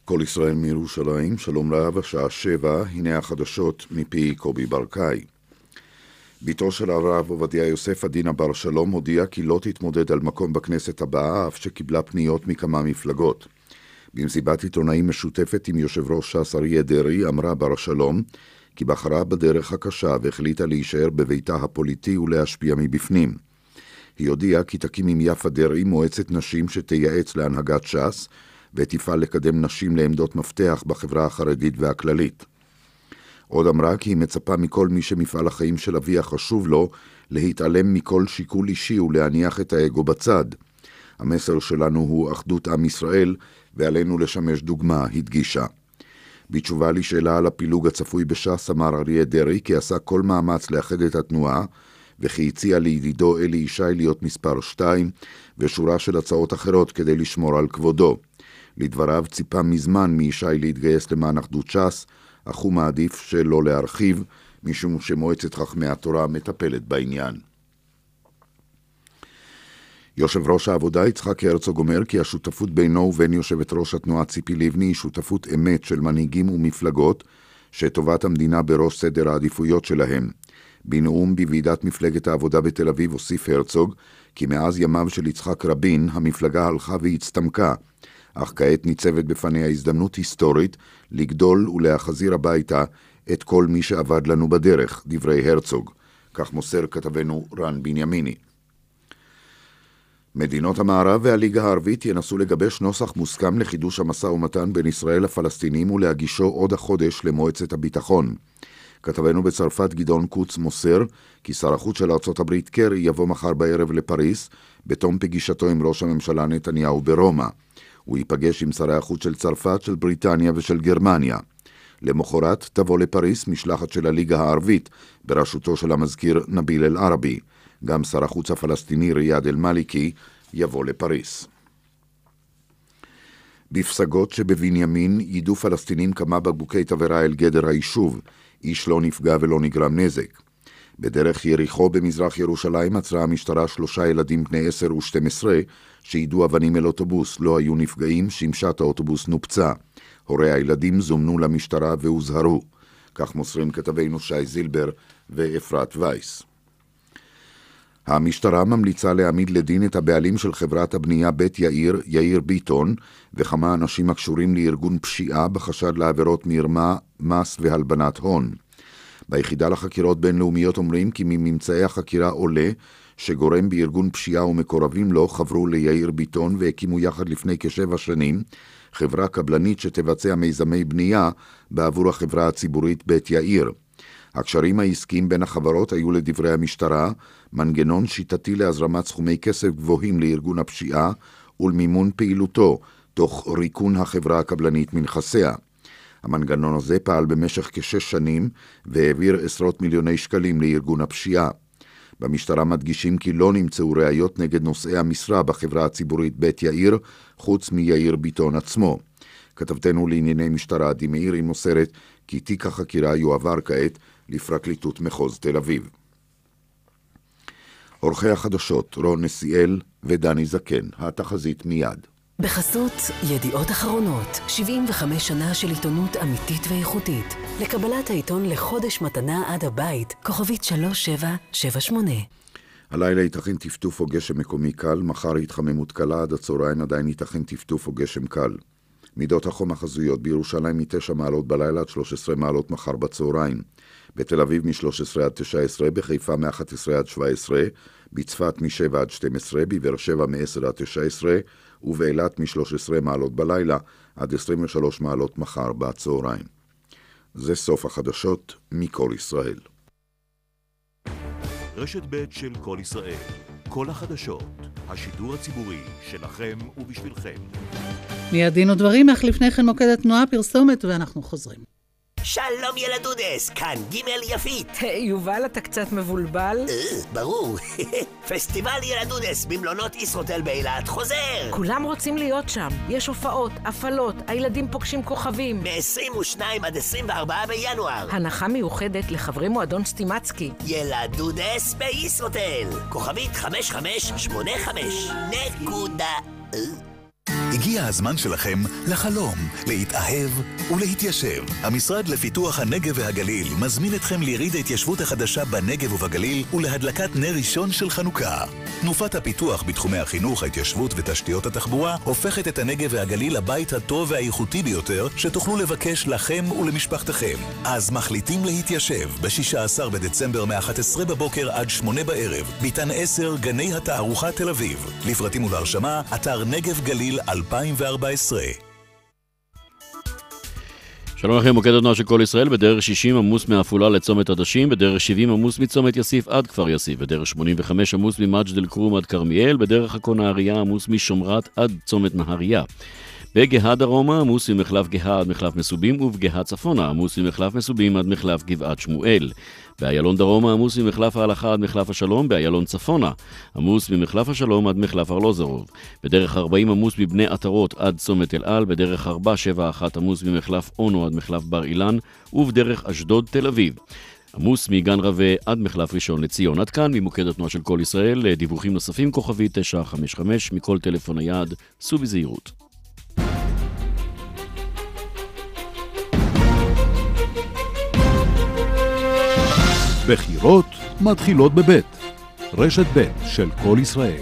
כל ישראל מירושלים, שלום רב, השעה 7, הנה החדשות מפי קובי ברקאי. ביתו של הרב עובדיה יוסף עדינה בר שלום הודיע כי לא תתמודד על מקום בכנסת הבאה, אף שקיבלה פניות מכמה מפלגות. במסיבת עיתונאים משותפת עם יושב ראש ש"ס אריה דרעי אמרה בר שלום כי בחרה בדרך הקשה והחליטה להישאר בביתה הפוליטי ולהשפיע מבפנים. היא הודיעה כי תקים עם יפה דרעי מועצת נשים שתייעץ להנהגת ש"ס ותפעל לקדם נשים לעמדות מפתח בחברה החרדית והכללית. עוד אמרה כי היא מצפה מכל מי שמפעל החיים של אביה חשוב לו להתעלם מכל שיקול אישי ולהניח את האגו בצד. המסר שלנו הוא אחדות עם ישראל ועלינו לשמש דוגמה, הדגישה. בתשובה לשאלה על הפילוג הצפוי בש"ס אמר אריה דרעי כי עשה כל מאמץ לאחד את התנועה וכי הציע לידידו אלי ישי להיות מספר 2 ושורה של הצעות אחרות כדי לשמור על כבודו. לדבריו ציפה מזמן מישי להתגייס למען אחדות ש"ס, אך הוא מעדיף שלא להרחיב, משום שמועצת חכמי התורה מטפלת בעניין. יושב ראש העבודה יצחק הרצוג אומר כי השותפות בינו ובין יושבת ראש התנועה ציפי לבני היא שותפות אמת של מנהיגים ומפלגות, שטובת המדינה בראש סדר העדיפויות שלהם. בנאום בוועידת מפלגת העבודה בתל אביב הוסיף הרצוג כי מאז ימיו של יצחק רבין המפלגה הלכה והצטמקה, אך כעת ניצבת בפניה הזדמנות היסטורית לגדול ולהחזיר הביתה את כל מי שעבד לנו בדרך, דברי הרצוג. כך מוסר כתבנו רן בנימיני. מדינות המערב והליגה הערבית ינסו לגבש נוסח מוסכם לחידוש המשא ומתן בין ישראל לפלסטינים ולהגישו עוד החודש למועצת הביטחון. כתבנו בצרפת גדעון קוץ מוסר כי שר החוץ של ארצות הברית קרי יבוא מחר בערב לפריס בתום פגישתו עם ראש הממשלה נתניהו ברומא. הוא ייפגש עם שרי החוץ של צרפת, של בריטניה ושל גרמניה. למחרת תבוא לפריס משלחת של הליגה הערבית בראשותו של המזכיר נביל אל-ערבי. גם שר החוץ הפלסטיני ריאד אל-מליקי יבוא לפריס. בפסגות שבבנימין יידו פלסטינים כמה בקבוקי תבערה אל גדר היישוב. איש לא נפגע ולא נגרם נזק. בדרך יריחו במזרח ירושלים עצרה המשטרה 3 ילדים בני 10 ו-12 שידעו אבנים אל אוטובוס. לא היו נפגעים, שמשת האוטובוס נופצה. הורי הילדים זומנו למשטרה והוזהרו. כך מוסרים כתבינו שי זילבר ואפרת וייס. המשטרה ממליצה להעמיד לדין את הבעלים של חברת הבנייה בית יאיר, יאיר ביטון, וכמה אנשים הקשורים לארגון פשיעה בחשד לעבירות מרמה, מס והלבנת הון. ביחידה לחקירות בינלאומיות אומרים כי מממצאי החקירה עולה שגורם בארגון פשיעה ומקורבים לו חברו ליאיר ביטון והקימו יחד לפני כ7 שנים חברה קבלנית שתבצע מיזמי בנייה בעבור החברה הציבורית בית יאיר. הקשרים העסקיים בין החברות היו לדברי המשטרה מנגנון שיטתי להזרמת סכומי כסף גבוהים לארגון הפשיעה ולמימון פעילותו תוך ריקון החברה הקבלנית מנכסיה. המנגנון הזה פעל במשך כ6 שנים והעביר עשרות מיליוני שקלים לארגון הפשיעה. במשטרה מדגישים כי לא נמצאו ראיות נגד נושאי המשרה בחברה הציבורית בית יאיר חוץ מיאיר ביטון עצמו. כתבתנו לענייני משטרה עדי מאירי מוסרת כי תיק החקירה יועבר כעת לפרקליטות מחוז תל אביב. עורכי החדשות רון נסיאל ודני זקן, התחזית מיד. בחסות ידיעות אחרונות, 75 שנה של עיתונות אמיתית ואיכותית. לקבלת העיתון לחודש מתנה עד הבית, כוכבית 3778. הלילה ייתכן טפטוף או גשם מקומי קל, מחר התחממות קלה, עד הצהריים עדיין ייתכן טפטוף או גשם קל. מידות החום החזויות בירושלים מ9 מעלות בלילה עד 13 מעלות מחר בצהריים. בתל אביב מ13 עד 19, בחיפה מ11 עד 17, בצפת מ7 עד 12, בבאר שבע מ10 עד 19, ובאילת מ13 מעלות בלילה עד 23 מעלות מחר בצהריים. זה סוף החדשות מכל ישראל. רשת ב' של כל ישראל. כל החדשות. השידור הציבורי שלכם ובשבילכם. מיד דין ודברים, אך לפני כן מוקד התנועה פרסומת ואנחנו חוזרים. שלום ילדודס, כאן ג' יפית. יובל, אתה קצת מבולבל? ברור. פסטיבל ילדודס במלונות ישרוטל באילת חוזר. כולם רוצים להיות שם. יש הופעות, הפעלות, הילדים פוגשים כוכבים. מ-22 עד 24 בינואר. הנחה מיוחדת לחברי מועדון סטימצקי. ילדודס בישרוטל. כוכבית 5585. נקודה. הגיע הזמן שלכם לחלום, להתאהב ולהתיישב. המשרד לפיתוח הנגב והגליל מזמין אתכם ליריד ההתיישבות החדשה בנגב ובגליל ולהדלקת נר ראשון של חנוכה. תנופת הפיתוח בתחומי החינוך, ההתיישבות ותשתיות התחבורה הופכת את הנגב והגליל לבית הטוב והאיכותי ביותר שתוכלו לבקש לכם ולמשפחתכם. אז מחליטים להתיישב ב-16 בדצמבר מ-11 בבוקר עד 8 בערב, ביתן 10 גני התערוכה תל אביב. לפרטים ולהרשמה, אתר נגב גליל 2014. שלום לכם, מוקד התנועה של כל ישראל. בדרך 60 עמוס מעפולה לצומת עדשים, בדרך 70 עמוס מצומת יסיף עד כפר יסיף, בדרך 85 עמוס ממג'ד אל כרום עד כרמיאל, בדרך הקונהריה עמוס משומרת עד צומת נהריה. בגאה דרומה עמוס ממחלף גאה עד מחלף מסובים, ובגאה צפונה עמוס ממחלף מסובים עד מחלף גבעת שמואל. באיילון דרומה עמוס ממחלף ההלכה עד מחלף השלום, באיילון צפונה עמוס ממחלף השלום עד מחלף ארלוזרוב. בדרך 40 עמוס מבני עטרות עד צומת אל על, בדרך 471 עמוס ממחלף אונו עד מחלף בר אילן, ובדרך אשדוד תל אביב עמוס מגן רווה עד מחלף ראשון לציון. עד כאן ממוקד התנועה של כל ישראל. דיווחים נוספים כוכבי 955 מכל טלפון נייד, סעו בזהירות. בחירות מתחילות בבית. רשת בית של כל ישראל.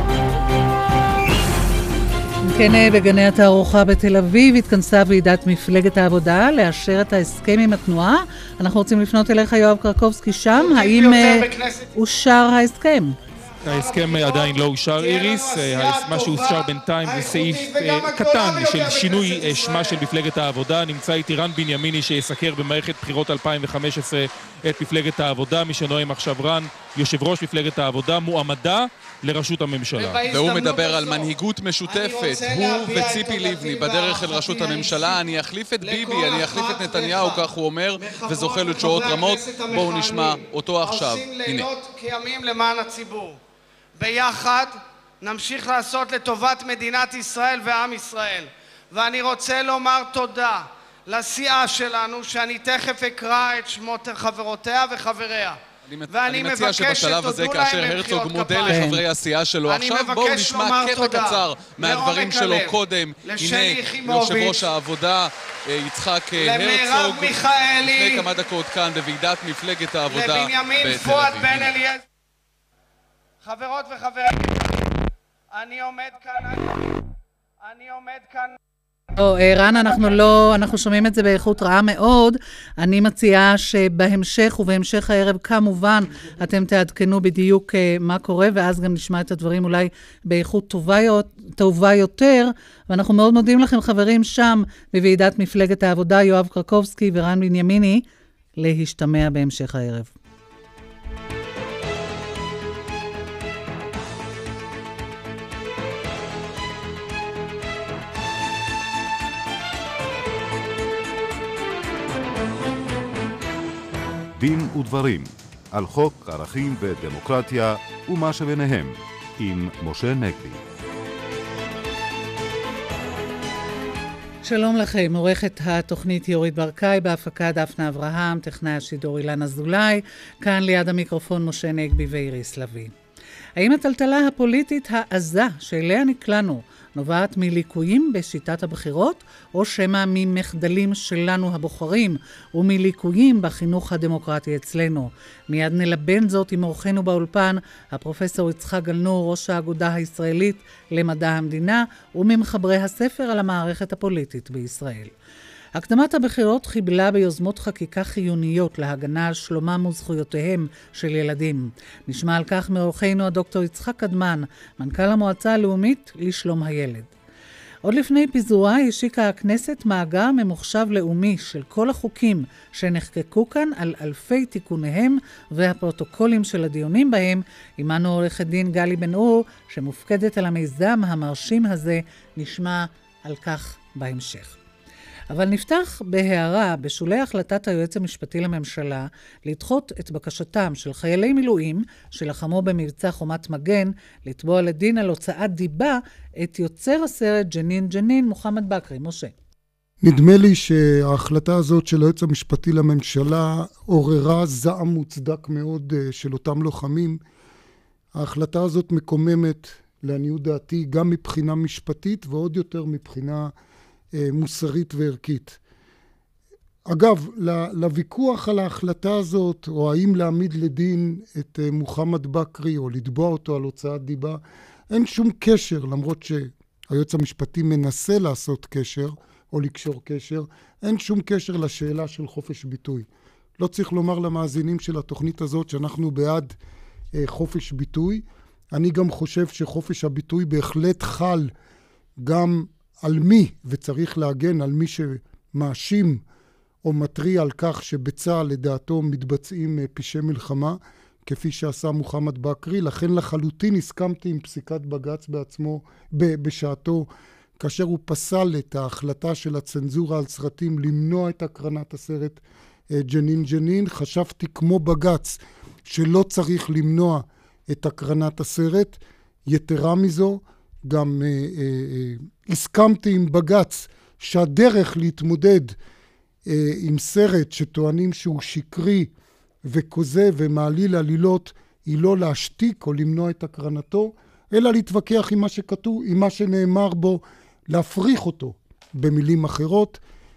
כן, בגני התערוכה בתל אביב התכנסה ועידת מפלגת העבודה לאשר את ההסכם עם התנועה. אנחנו רוצים לפנות אליך, יואב קרקובסקי, שם. האם אושר ההסכם? ההסכם עדיין לא אושר, איריס. מה שאושר בינתיים זה סעיף קטן של שינוי שמה של מפלגת העבודה. נמצא איתי רן בנימיני שיסקר במערכת בחירות 2015 את מפלגת העבודה. מי שנואם עכשיו רן, יושב ראש מפלגת העבודה, מועמדה לראשות הממשלה. והוא מדבר על מנהיגות משותפת, הוא וציפי לבני בדרך אל ראשות הממשלה. אני אחליף את ביבי, אני אחליף את נתניהו, כך הוא אומר, וזוכה לתשואות רמות. בואו נשמע אותו עכשיו. הנה. כימים למען הציבור. ביחד נמשיך לעשות לטובת מדינת ישראל ועם ישראל. ואני רוצה לומר תודה לסיעה שלנו, שאני תכף אקרא את שמות חברותיה וחבריה. אני מציע שבשלב הזה, כאשר הרצוג מודה לחברי הסיעה שלו עכשיו, בואו נשמע קטע קצר מהדברים שלו קודם. הנה יושב ראש העבודה יצחק הרצוג לפני כמה דקות כאן בוועידת מפלגת העבודה בתל אביב. חברות וחברים, אני עומד כאן... רן, אנחנו שומעים את זה באיכות רעה מאוד. אני מציעה שבהמשך ובהמשך הערב כמובן אתם תעדכנו בדיוק מה קורה, ואז גם נשמע את הדברים אולי באיכות טובה יותר. ואנחנו מאוד מודים לכם, חברים, שם בוועידת מפלגת העבודה, יואב קרקובסקי ורן בנימיני, להשתמע בהמשך הערב. דין ודברים על חוק ערכים ודמוקרטיה ומה שביניהם עם משה נגבי. שלום לכם, עורכת התוכנית יורית ברקאי, בהפקה דפנה אברהם, טכנאי השידור אילן אזולאי, כאן ליד המיקרופון משה נגבי ואיריס לוי. האם הטלטלה הפוליטית העזה שאליה נקלענו נובעת מליקויים בשיטת הבחירות, או שמא ממחדלים שלנו הבוחרים ומליקויים בחינוך הדמוקרטי אצלנו? מיד נלבן זאת עם אורחנו באולפן, הפרופסור יצחק גלנור, ראש האגודה הישראלית למדע המדינה, וממחברי הספר על המערכת הפוליטית בישראל. הקדמת הבחירות חיבלה ביוזמות חקיקה חיוניות להגנה על שלומם וזכויותיהם של ילדים. נשמע על כך מאורחנו הדוקטור יצחק קדמן, מנכ"ל המועצה הלאומית לשלום הילד. עוד לפני פיזורה השיקה הכנסת מאגר ממוחשב לאומי של כל החוקים שנחקקו כאן על אלפי תיקוניהם והפרוטוקולים של הדיונים בהם. עמנו עורכת דין גלי בן אור שמופקדת על המיזם המרשים הזה, נשמע על כך בהמשך. אבל נפתח בהערה בשולי החלטת היועץ המשפטי לממשלה לדחות את בקשתם של חיילי מילואים שלחמו במבצע חומת מגן לתבוע לדין על הוצאת דיבה את יוצר הסרט ג'נין ג'נין, מוחמד בקרי. משה. נדמה לי שההחלטה הזאת של היועץ המשפטי לממשלה עוררה זעם מוצדק מאוד של אותם לוחמים. ההחלטה הזאת מקוממת לעניות דעתי, גם מבחינה משפטית ועוד יותר מבחינה מוסרית וערכית. אגב, לוויכוח על ההחלטה הזאת, או האם להעמיד לדין את מוחמד בכרי, או לתבוע אותו על הוצאת דיבה, אין שום קשר, למרות שהיועץ המשפטי מנסה לעשות קשר, או לקשור קשר, אין שום קשר לשאלה של חופש ביטוי. לא צריך לומר למאזינים של התוכנית הזאת שאנחנו בעד חופש ביטוי. אני גם חושב שחופש הביטוי בהחלט חל גם על מי, וצריך להגן על מי שמאשים או מטריע על כך שבצה"ל לדעתו מתבצעים פשעי מלחמה, כפי שעשה מוחמד בכרי. לכן לחלוטין הסכמתי עם פסיקת בג"ץ בעצמו בשעתו, כאשר הוא פסל את ההחלטה של הצנזורה על סרטים למנוע את הקרנת הסרט ג'נין ג'נין. חשבתי כמו בג"ץ שלא צריך למנוע את הקרנת הסרט. יתרה מזו, גם הסכמתי עם בג"ץ שהדרך להתמודד עם סרט שטוענים שהוא שקרי וכוזב ומעליל עלילות היא לא להשתיק או למנוע את הקרנתו, אלא להתווכח עם מה שכתוב, עם מה שנאמר בו, להפריך אותו במילים אחרות.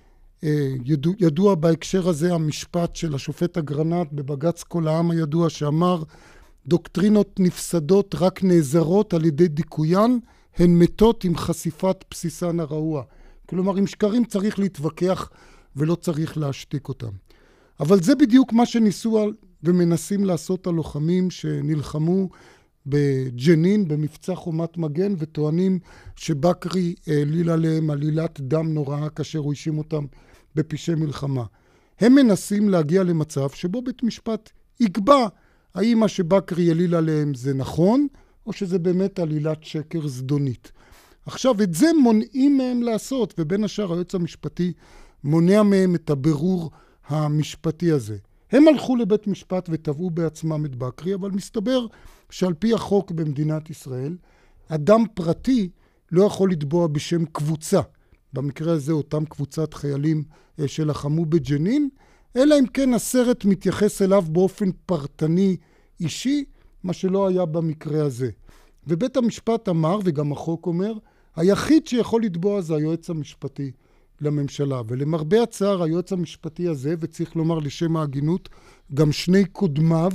ידוע בהקשר הזה המשפט של השופט אגרנט בבג"ץ כל העם הידוע, שאמר דוקטרינות נפסדות רק נעזרות על ידי דיכוין, הן מתות עם חשיפת בסיסן הרעוע. כלומר, עם שקרים צריך להתווכח ולא צריך להשתיק אותם. אבל זה בדיוק מה שניסו ומנסים לעשות הלוחמים שנלחמו בג'נין, במבצע חומת מגן, וטוענים שבכרי העליל עליהם עלילת דם נוראה כאשר הוא האשים אותם בפשעי מלחמה. הם מנסים להגיע למצב שבו בית משפט יקבע האם מה שבכרי העליל עליהם זה נכון, או שזה באמת עלילת שקר זדונית. עכשיו, את זה מונעים מהם לעשות, ובין השאר היועץ המשפטי מונע מהם את הבירור המשפטי הזה. הם הלכו לבית משפט ותבעו בעצמם את בכרי, אבל מסתבר שעל פי החוק במדינת ישראל, אדם פרטי לא יכול לתבוע בשם קבוצה. במקרה הזה אותם קבוצת חיילים שלחמו בג'נין, אלא אם כן הסרט מתייחס אליו באופן פרטני אישי, מה שלא היה במקרה הזה. ובית המשפט אמר, וגם החוק אומר, היחיד שיכול לתבוע זה היועץ המשפטי לממשלה. ולמרבה הצער היועץ המשפטי הזה, וצריך לומר לשם ההגינות, גם שני קודמיו,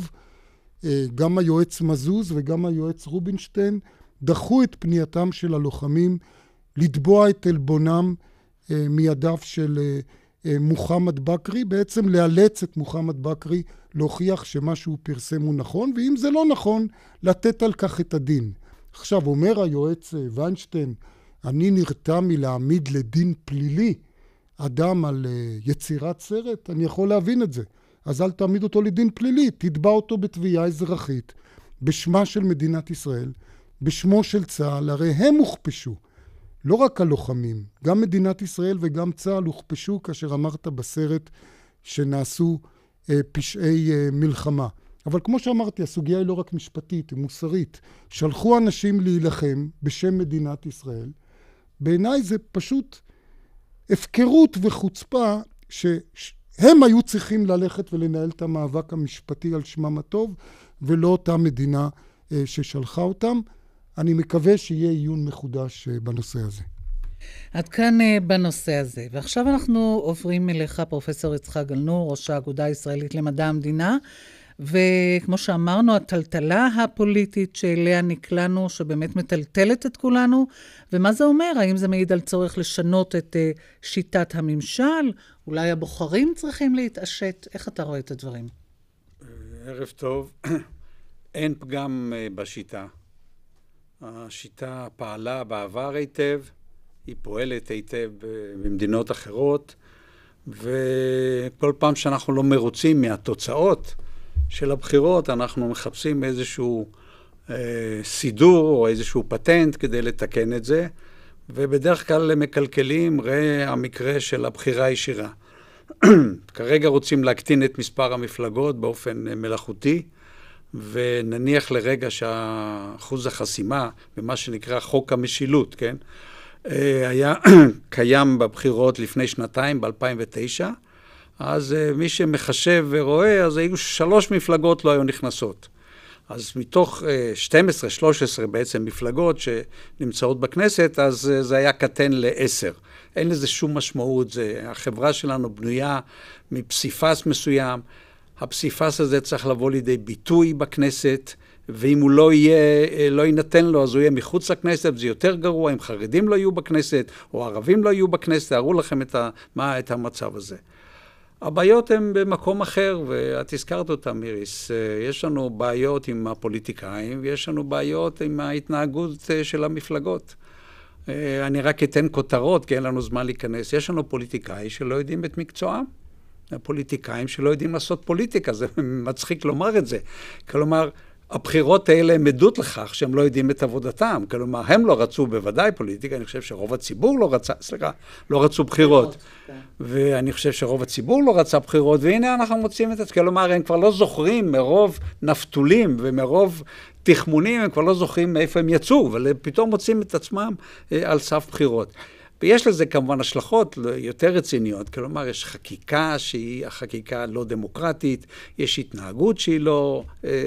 גם היועץ מזוז וגם היועץ רובינשטיין, דחו את פנייתם של הלוחמים לתבוע את אלבונם מידיו של מוחמד בכרי, בעצם לאלץ את מוחמד בכרי להוכיח שמה שהוא פרסם הוא נכון, ואם זה לא נכון, לתת על כך את הדין. עכשיו אומר היועץ ויינשטיין, אני נרתע מלהעמיד לדין פלילי אדם על יצירת סרט, אני יכול להבין את זה. אז אל תעמיד אותו לדין פלילי, תתבע אותו בתביעה אזרחית, בשמה של מדינת ישראל, בשמו של צה"ל, הרי הם הוכפשו. לא רק הלוחמים, גם מדינת ישראל וגם צה"ל הוכפשו כאשר אמרת בסרט שנעשו פשעי מלחמה. אבל כמו שאמרתי, הסוגיה היא לא רק משפטית, היא מוסרית. שלחו אנשים להילחם בשם מדינת ישראל. בעיניי זה פשוט הפקרות וחוצפה שהם היו צריכים ללכת ולנהל את המאבק המשפטי על שמם הטוב, ולא אותה מדינה ששלחה אותם. אני מקווה שיהיה עיון מחודש בנושא הזה. עד כאן בנושא הזה. ועכשיו אנחנו עוברים אליך, פרופסור יצחק גלנור, ראש האגודה הישראלית למדע המדינה, וכמו שאמרנו, הטלטלה הפוליטית שאליה נקלענו, שבאמת מטלטלת את כולנו, ומה זה אומר? האם זה מעיד על צורך לשנות את שיטת הממשל? אולי הבוחרים צריכים להתעשת? איך אתה רואה את הדברים? ערב טוב. אין פגם בשיטה. השיטה פעלה בעבר היטב, היא פועלת היטב במדינות אחרות, וכל פעם שאנחנו לא מרוצים מהתוצאות של הבחירות, אנחנו מחפשים איזשהו סידור או איזשהו פטנט כדי לתקן את זה, ובדרך כלל מקלקלים, ראה המקרה של הבחירה הישירה. כרגע רוצים להקטין את מספר המפלגות באופן מלאכותי, ונניח לרגע שהאחוז החסימה, במה שנקרא חוק המשילות, כן? היה קיים בבחירות לפני שנתיים, ב-2009, אז מי שמחשב ורואה, אז היו 3 מפלגות לא היו נכנסות. אז מתוך 12-13 בעצם מפלגות שנמצאות בכנסת, אז זה היה קטן ל10. אין לזה שום משמעות, החברה שלנו בנויה מפסיפס מסוים, הפסיפס הזה צריך לבוא לידי ביטוי בכנסת, ואם הוא לא ינתן לו, אז הוא יהיה מחוץ לכנסת, וזה יותר גרוע, אם חרדים לא יהיו בכנסת, או ערבים לא יהיו בכנסת, תארו לכם את המצב הזה. הבעיות הן במקום אחר, ואת הזכרת אותם, איריס. יש לנו בעיות עם הפוליטיקאים, ויש לנו בעיות עם ההתנהגות של המפלגות. אני רק אתן כותרות, כי אין לנו זמן להיכנס. יש לנו פוליטיקאים שלא יודעים את מקצועם. הפוליטיקאים שלא יודעים לעשות פוליטיקה, זה מצחיק לומר את זה. כלומר, הבחירות האלה הם עדות לכך שהם לא יודעים את עבודתם. כלומר, הם לא רצו בוודאי פוליטיקה, אני חושב שרוב הציבור לא רצו בחירות. ואני חושב שרוב הציבור לא רצה בחירות, והנה אנחנו מוצאים את זה. כלומר, הם כבר לא זוכרים מרוב נפתולים ומרוב תחמונים, הם כבר לא זוכרים מאיפה הם יצאו, אבל פתאום מוצאים את עצמם על סף בחירות. ויש לזה כמובן השלכות יותר רציניות, כלומר יש חקיקה שהיא החקיקה לא דמוקרטית, יש התנהגות שהיא לא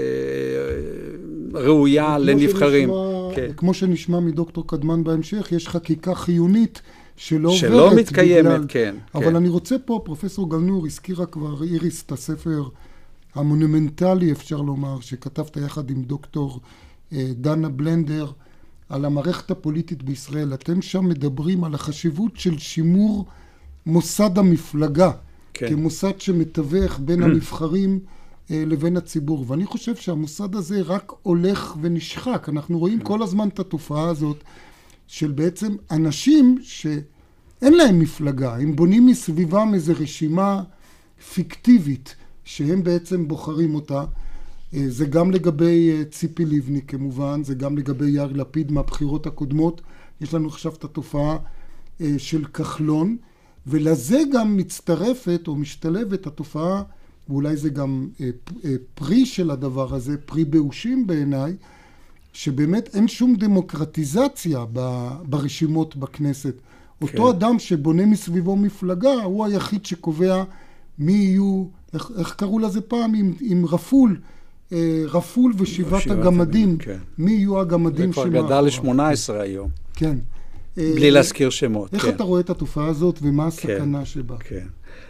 ראויה לנבחרים. כמו שנשמע מדוקטור קדמן בהמשך, יש חקיקה חיונית שלא מתקיימת, כן. אבל אני רוצה פה, פרופסור גלנור הזכירה כבר איריס את הספר המונומנטלי, אפשר לומר, שכתבת יחד עם דוקטור דנה בלנדר, על המערכת הפוליטית בישראל. אתם שם מדברים על החשיבות של שימור מוסד המפלגה, כן. כמוסד שמתווך בין הנבחרים לבין הציבור. ואני חושב שהמוסד הזה רק הולך ונשחק. אנחנו רואים כל הזמן את התופעה הזאת של בעצם אנשים שאין להם מפלגה. הם בונים מסביבם איזו רשימה פיקטיבית שהם בעצם בוחרים אותה. זה גם לגבי ציפי לבני כמובן, זה גם לגבי יאיר לפיד מהבחירות הקודמות. יש לנו עכשיו את התופעה של כחלון, ולזה גם מצטרפת או משתלבת התופעה, ואולי זה גם פרי של הדבר הזה, פרי באושים בעיניי, שבאמת אין שום דמוקרטיזציה ברשימות בכנסת. אותו אדם שבונה מסביבו מפלגה, הוא היחיד שקובע מי יהיו, איך קראו לזה פעם, עם רפול ושבעת הגמדים, מי יהיו הגמדים זה כבר גדל ל-18 היום. כן. בלי להזכיר שמות. איך אתה רואה את התופעה הזאת ומה הסכנה שבה? כן.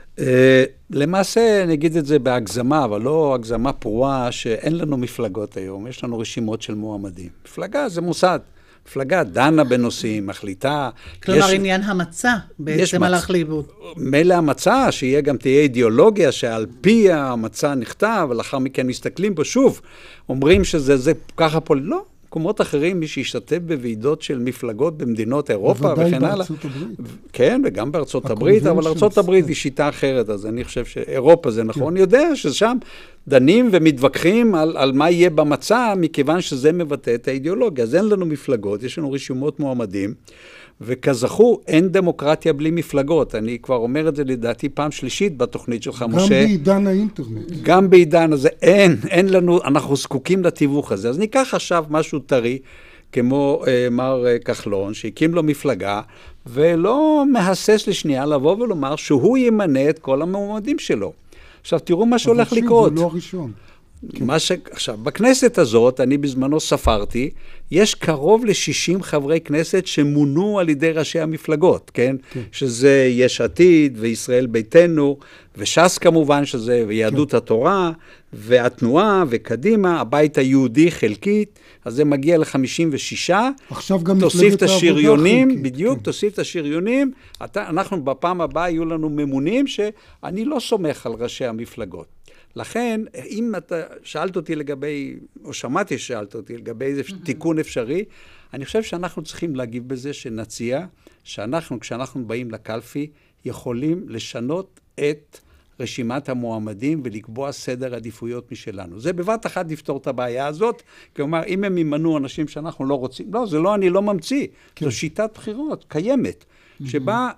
למעשה נגיד את זה בהגזמה, אבל לא הגזמה פרועה, שאין לנו מפלגות היום, יש לנו רשימות של מועמדים. מפלגה זה מוסד. מפלגה דנה בנושאים, מחליטה. כלומר, עניין המצע בעצם הלך לאיבוד. מילא המצע, שיהיה גם תהיה אידיאולוגיה, שעל פי המצע נכתב, ולאחר מכן מסתכלים בו שוב, אומרים שזה ככה פה, לא. מקומות אחרים, מי שהשתתף בוועידות של מפלגות במדינות אירופה וכן הלאה. בוודאי בארצות הברית. כן, וגם בארצות הברית, אבל ארצות הברית היא שיטה אחרת, אז אני חושב שאירופה זה נכון. אני יודע ששם דנים ומתווכחים על מה יהיה במצע, מכיוון שזה מבטא את האידיאולוגיה. אז אין לנו מפלגות, יש לנו רשימות מועמדים, וכזכור, אין דמוקרטיה בלי מפלגות. אני כבר אומר את זה לדעתי פעם שלישית בתוכנית שלך, משה. גם בעידן האינטרנט. גם בעידן הזה. אין לנו, אנחנו זקוקים לתיווך הזה. אז ניקח עכשיו משהו טרי, כמו מר כחלון, שהקים לו מפלגה, ולא מהסס לשנייה לבוא ולומר שהוא ימנה את כל המועמדים שלו. עכשיו, תראו מה שהולך לקרות. אבל שוב, זה לא הראשון. עכשיו, בכנסת הזאת, אני בזמנו ספרתי, יש קרוב ל-60 חברי כנסת שמונו על ידי ראשי המפלגות, כן? שזה יש עתיד וישראל ביתנו, וש"ס כמובן, שזה ויהדות התורה, והתנועה וקדימה, הבית היהודי חלקית, אז זה מגיע ל-56. עכשיו גם תוסיף את השריונים, בדיוק, תוסיף את השריונים. אנחנו בפעם הבאה יהיו לנו ממונים שאני לא סומך על ראשי המפלגות. לכן, אם אתה שאלת אותי לגבי, או שמעתי ששאלת אותי לגבי איזה תיקון אפשרי, אני חושב שאנחנו צריכים להגיב בזה שנציע, שאנחנו, כשאנחנו באים לקלפי, יכולים לשנות את רשימת המועמדים ולקבוע סדר עדיפויות משלנו. זה בבת אחת לפתור את הבעיה הזאת, כלומר, אם הם ימנו אנשים שאנחנו לא רוצים, לא, זה לא, אני לא ממציא, זו שיטת בחירות קיימת, שבה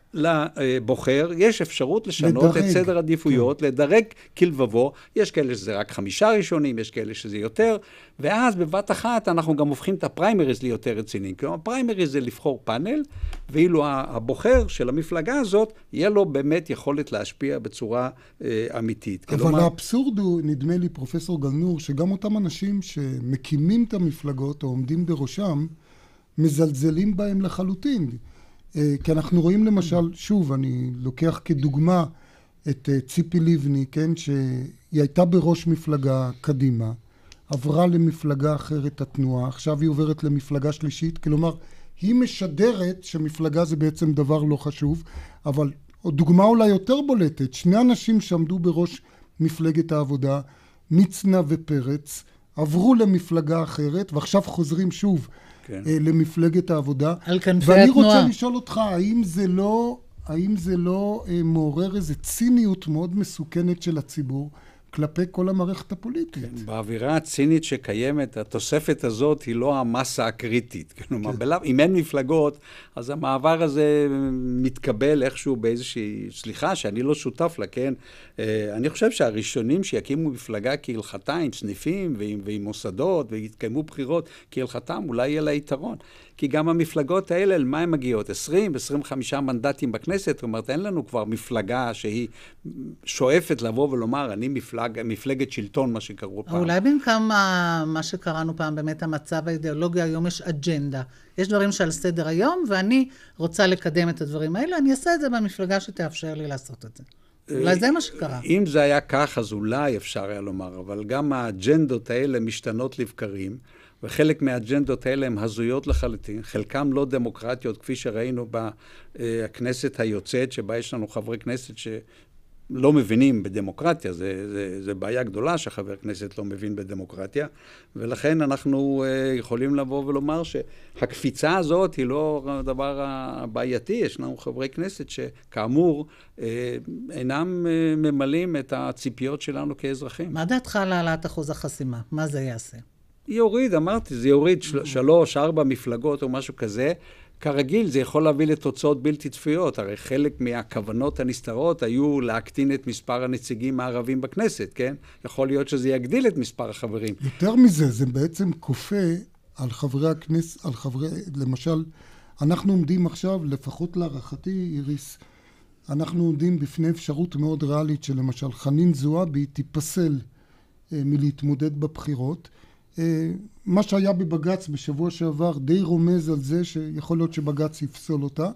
לבוחר יש אפשרות לשנות את סדר עדיפויות, לדרג כלבבו, יש כאלה שזה רק 5 ראשונים, יש כאלה שזה יותר, ואז בבת אחת אנחנו גם הופכים את הפריימריז ליותר רציניים. כלומר, הפריימריז זה לבחור פאנל, ואילו הבוחר של המפלגה הזאת, יהיה לו באמת יכולת להשפיע בצורה אמיתית. אבל האבסורד הוא, נדמה לי, פרופסור גלנור, שגם אותם אנשים שמקימים את המפלגות, או עומדים בראשם, מזלזלים בהם לחלוטין. כי אנחנו רואים למשל, שוב, אני לוקח כדוגמה את ציפי לבני, כן, שהיא הייתה בראש מפלגה קדימה, עברה למפלגה אחרת התנועה, עכשיו היא עוברת למפלגה שלישית, כלומר, היא משדרת שמפלגה זה בעצם דבר לא חשוב, אבל דוגמה אולי יותר בולטת, 2 אנשים שעמדו בראש מפלגת העבודה, מצנע ופרץ, עברו למפלגה אחרת, ועכשיו חוזרים שוב למפלגת העבודה. על כנפי ואני התנועה. רוצה לשאול אותך, האם זה לא מעורר איזו ציניות מאוד מסוכנת של הציבור כלפי כל המערכת הפוליטית? כן, באווירה הצינית שקיימת, התוספת הזאת היא לא המסה הקריטית. כלומר, אם אין מפלגות, אז המעבר הזה מתקבל איכשהו באיזושהי, סליחה שאני לא שותף לה, כן? אני חושב שהראשונים שיקימו מפלגה כהלכתה עם סניפים ועם מוסדות ויתקיימו בחירות כהלכתם, אולי יהיה לה יתרון. כי גם המפלגות האלה, למה הן מגיעות? 20-25 מנדטים בכנסת, זאת אומרת, אין לנו כבר מפלגה שהיא שואפת לבוא ולומר, אני מפלגת שלטון, מה שקראו פעם. אולי במקום מה שקראנו פעם, באמת המצב האידיאולוגי, היום יש אג'נדה. יש דברים שעל סדר היום, ואני רוצה לקדם את הדברים האלה, אני אעשה את זה במפלגה שתאפשר לי לעשות את זה. אולי זה מה שקרה. אם זה היה כך, אז אולי אפשר היה לומר, אבל גם האג'נדות האלה משתנות לבקרים, וחלק מהאג'נדות האלה הן הזויות לחלוטין, חלקם לא דמוקרטיות, כפי שראינו בכנסת היוצאת, שבה יש לנו חברי כנסת שלא מבינים בדמוקרטיה, זה בעיה גדולה שחבר כנסת לא מבין בדמוקרטיה, ולכן אנחנו יכולים לבוא ולומר שהקפיצה הזאת היא לא הדבר הבעייתי, ישנם חברי כנסת שכאמור אינם ממלאים את הציפיות שלנו כאזרחים. מה דעתך על העלאת אחוז החסימה? מה זה יעשה? יוריד, אמרתי, זה יוריד 3-4 מפלגות או משהו כזה. כרגיל, זה יכול להביא לתוצאות בלתי צפויות. הרי חלק מהכוונות הנסתרות היו להקטין את מספר הנציגים הערבים בכנסת, כן? יכול להיות שזה יגדיל את מספר החברים. יותר מזה, זה בעצם כופה על חברי הכנסת, למשל, אנחנו עומדים עכשיו, לפחות להערכתי, איריס, אנחנו עומדים בפני אפשרות מאוד ריאלית שלמשל חנין זועבי תיפסל מלהתמודד בבחירות. מה שהיה בבג"ץ בשבוע שעבר די רומז על זה שיכול להיות שבג"ץ יפסול אותה,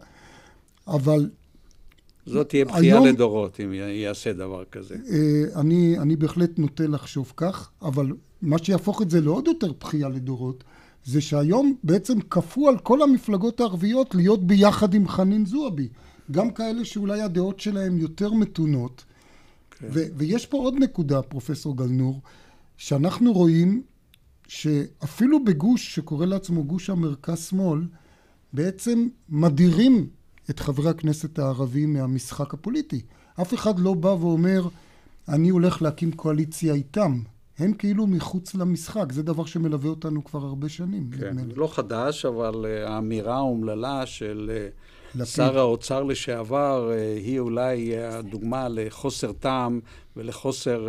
אבל זאת תהיה בכייה לדורות אם יעשה דבר כזה. אני בהחלט נוטה לחשוב כך, אבל מה שיהפוך את זה לעוד יותר בכייה לדורות, זה שהיום בעצם כפו על כל המפלגות הערביות להיות ביחד עם חנין זועבי. גם כאלה שאולי הדעות שלהם יותר מתונות. כן. ויש פה עוד נקודה, פרופסור גלנור, שאנחנו רואים שאפילו בגוש שקורא לעצמו גוש המרכז-שמאל, בעצם מדירים את חברי הכנסת הערבים מהמשחק הפוליטי. אף אחד לא בא ואומר, אני הולך להקים קואליציה איתם. הם כאילו מחוץ למשחק. זה דבר שמלווה אותנו כבר הרבה שנים. כן, לא חדש, אבל האמירה האומללה של שר האוצר לשעבר, היא אולי הדוגמה לחוסר טעם ולחוסר...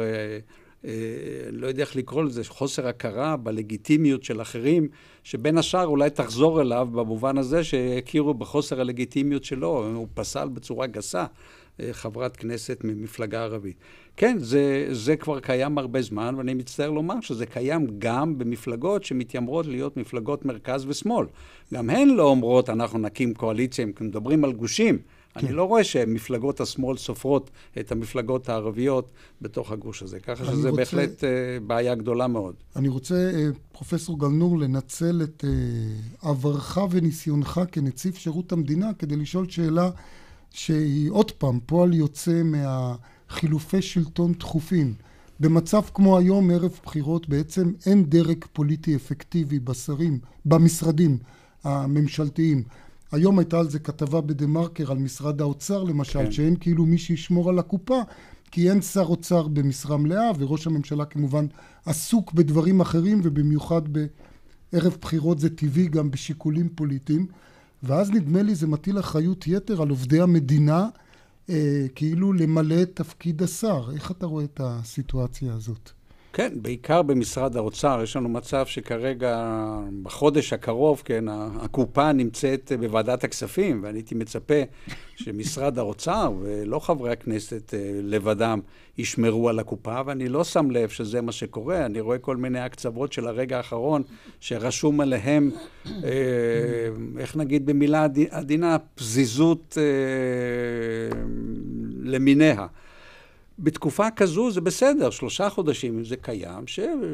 לא יודע איך לקרוא לזה, חוסר הכרה בלגיטימיות של אחרים, שבין השאר אולי תחזור אליו במובן הזה שהכירו בחוסר הלגיטימיות שלו, הוא פסל בצורה גסה חברת כנסת ממפלגה ערבית. כן, זה כבר קיים הרבה זמן, ואני מצטער לומר שזה קיים גם במפלגות שמתיימרות להיות מפלגות מרכז ושמאל. גם הן לא אומרות, אנחנו נקים קואליציה, אם מדברים על גושים. אני לא רואה שמפלגות השמאל סופרות את המפלגות הערביות בתוך הגוש הזה, ככה שזה בהחלט בעיה גדולה מאוד. אני רוצה, פרופסור גלנור, לנצל את עברך וניסיונך כנציב שירות המדינה, כדי לשאול שאלה שהיא עוד פעם פועל יוצא מהחילופי שלטון תכופים. במצב כמו היום, ערב בחירות, בעצם אין דרג פוליטי אפקטיבי בשרים, במשרדים הממשלתיים. היום הייתה על זה כתבה בדמרקר על משרד האוצר, למשל, כן. שאין כאילו מי שישמור על הקופה, כי אין שר אוצר במשרה מלאה, וראש הממשלה כמובן עסוק בדברים אחרים, ובמיוחד בערב בחירות זה טבעי גם בשיקולים פוליטיים. ואז נדמה לי זה מטיל אחריות יתר על עובדי המדינה, כאילו למלא את תפקיד השר. איך אתה רואה את הסיטואציה הזאת? כן, בעיקר במשרד האוצר, יש לנו מצב שכרגע, בחודש הקרוב, כן, הקופה נמצאת בוועדת הכספים, ואני הייתי מצפה שמשרד האוצר, ולא חברי הכנסת לבדם, ישמרו על הקופה, ואני לא שם לב שזה מה שקורה. אני רואה כל מיני הקצוות של הרגע האחרון, שרשום עליהם, איך נגיד במילה עדינה, פזיזות למיניה. בתקופה כזו זה בסדר, 3 חודשים זה קיים,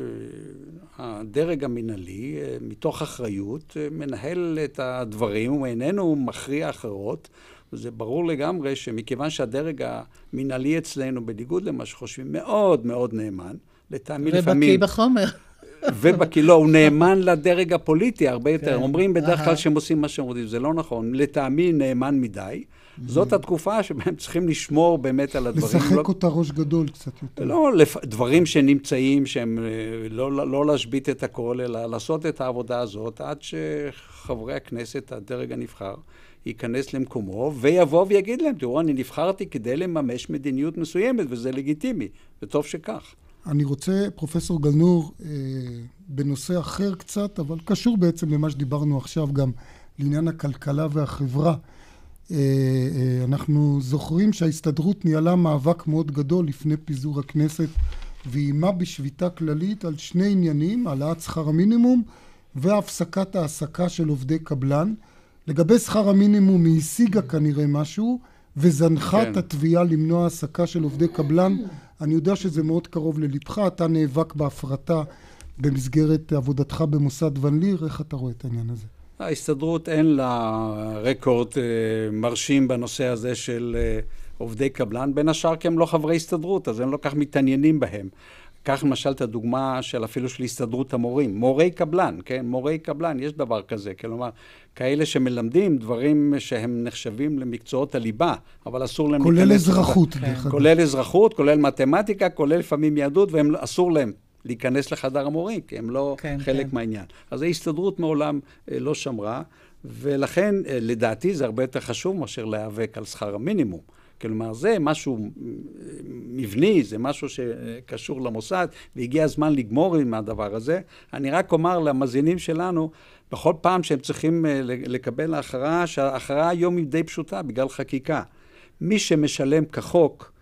שהדרג המנהלי, מתוך אחריות, מנהל את הדברים, הוא איננו מכריע אחרות, וזה ברור לגמרי שמכיוון שהדרג המנהלי אצלנו, בניגוד למה שחושבים, מאוד מאוד נאמן, לטעמי לפעמים... ובקיא בחומר. ובקיא, לא, הוא נאמן לדרג הפוליטי הרבה יותר. אומרים בדרך כלל שהם עושים מה שהם רוצים, זה לא נכון. לטעמי נאמן מדי. זאת התקופה שבהם צריכים לשמור באמת על הדברים. לשחק אותה ראש גדול קצת יותר. לא, דברים שנמצאים, שהם לא להשבית את הכל, אלא לעשות את העבודה הזאת, עד שחברי הכנסת, הדרג הנבחר, ייכנס למקומו, ויבוא ויגיד להם, תראו, אני נבחרתי כדי לממש מדיניות מסוימת, וזה לגיטימי, וטוב שכך. אני רוצה, פרופסור גלנור, בנושא אחר קצת, אבל קשור בעצם למה שדיברנו עכשיו גם לעניין הכלכלה והחברה. אנחנו זוכרים שההסתדרות ניהלה מאבק מאוד גדול לפני פיזור הכנסת, ואיימה בשביתה כללית על 2 עניינים, העלאת שכר המינימום והפסקת העסקה של עובדי קבלן. לגבי שכר המינימום היא השיגה כנראה משהו, וזנחה את התביעה למנוע העסקה של עובדי קבלן. אני יודע שזה מאוד קרוב ללבך, אתה נאבק בהפרטה במסגרת עבודתך במוסד ון ליר, איך אתה רואה את העניין הזה? ההסתדרות אין לה רקורד מרשים בנושא הזה של עובדי קבלן, בין השאר כי הם לא חברי הסתדרות, אז הם לא כך מתעניינים בהם. כך למשל את הדוגמה של אפילו של הסתדרות המורים, מורי קבלן, כן? מורי קבלן, יש דבר כזה, כלומר, כאלה שמלמדים דברים שהם נחשבים למקצועות הליבה, אבל אסור להם... כולל אזרחות. כולל אזרחות, כולל מתמטיקה, כולל לפעמים יהדות, והם אסור להם להיכנס לחדר המורים, כי הם לא חלק מהעניין. אז ההסתדרות מעולם לא שמרה, ולכן לדעתי זה הרבה יותר חשוב מאשר להיאבק על שכר המינימום. כלומר, זה משהו מבני, זה משהו שקשור למוסד, והגיע הזמן לגמור עם הדבר הזה. אני רק אומר למאזינים שלנו, בכל פעם שהם צריכים לקבל ההכרעה, שההכרעה היום היא די פשוטה בגלל חקיקה. מי שמשלם כחוק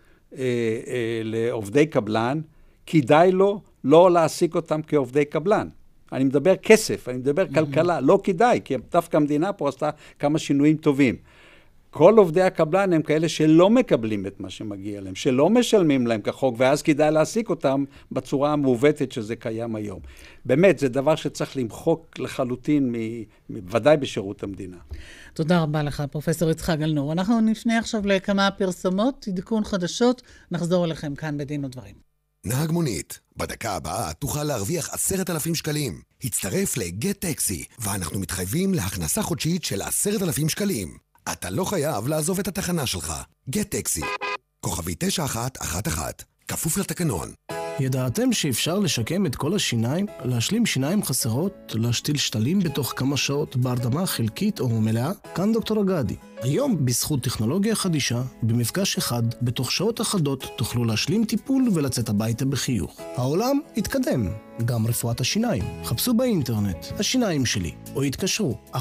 לעובדי קבלן, כדאי לו לא להעסיק אותם כעובדי קבלן. אני מדבר כסף, אני מדבר כלכלה, לא כדאי, כי דווקא המדינה פה עשתה כמה שינויים טובים. כל עובדי הקבלן הם כאלה שלא מקבלים את מה שמגיע להם, שלא משלמים להם כחוק, ואז כדאי להעסיק אותם בצורה המעוותת שזה קיים היום. באמת, זה דבר שצריך למחוק לחלוטין, ודאי בשירות המדינה. תודה רבה לך, פרופסור יצחק גלנור. אנחנו נפנה עכשיו לכמה פרסומות, עדכון חדשות, נחזור אליכם כאן בדין ודברים. נהג מונית, בדקה הבאה תוכל להרוויח 10,000 שקלים. הצטרף לגט טקסי, ואנחנו מתחייבים להכנסה חודשית של 10,000 שקלים. אתה לא חייב לעזוב את התחנה שלך. גט טקסי. כוכבי 9111. כפוף לתקנון. ידעתם שאפשר לשקם את כל השיניים, להשלים שיניים חסרות, להשתיל שתלים בתוך כמה שעות בהרדמה חלקית או מלאה? כאן דוקטור אגדי. היום, בזכות טכנולוגיה חדישה, במפגש אחד, בתוך שעות אחדות, תוכלו להשלים טיפול ולצאת הביתה בחיוך. העולם התקדם, גם רפואת השיניים. חפשו באינטרנט, השיניים שלי, או התקשרו, 1-800-60-90-60.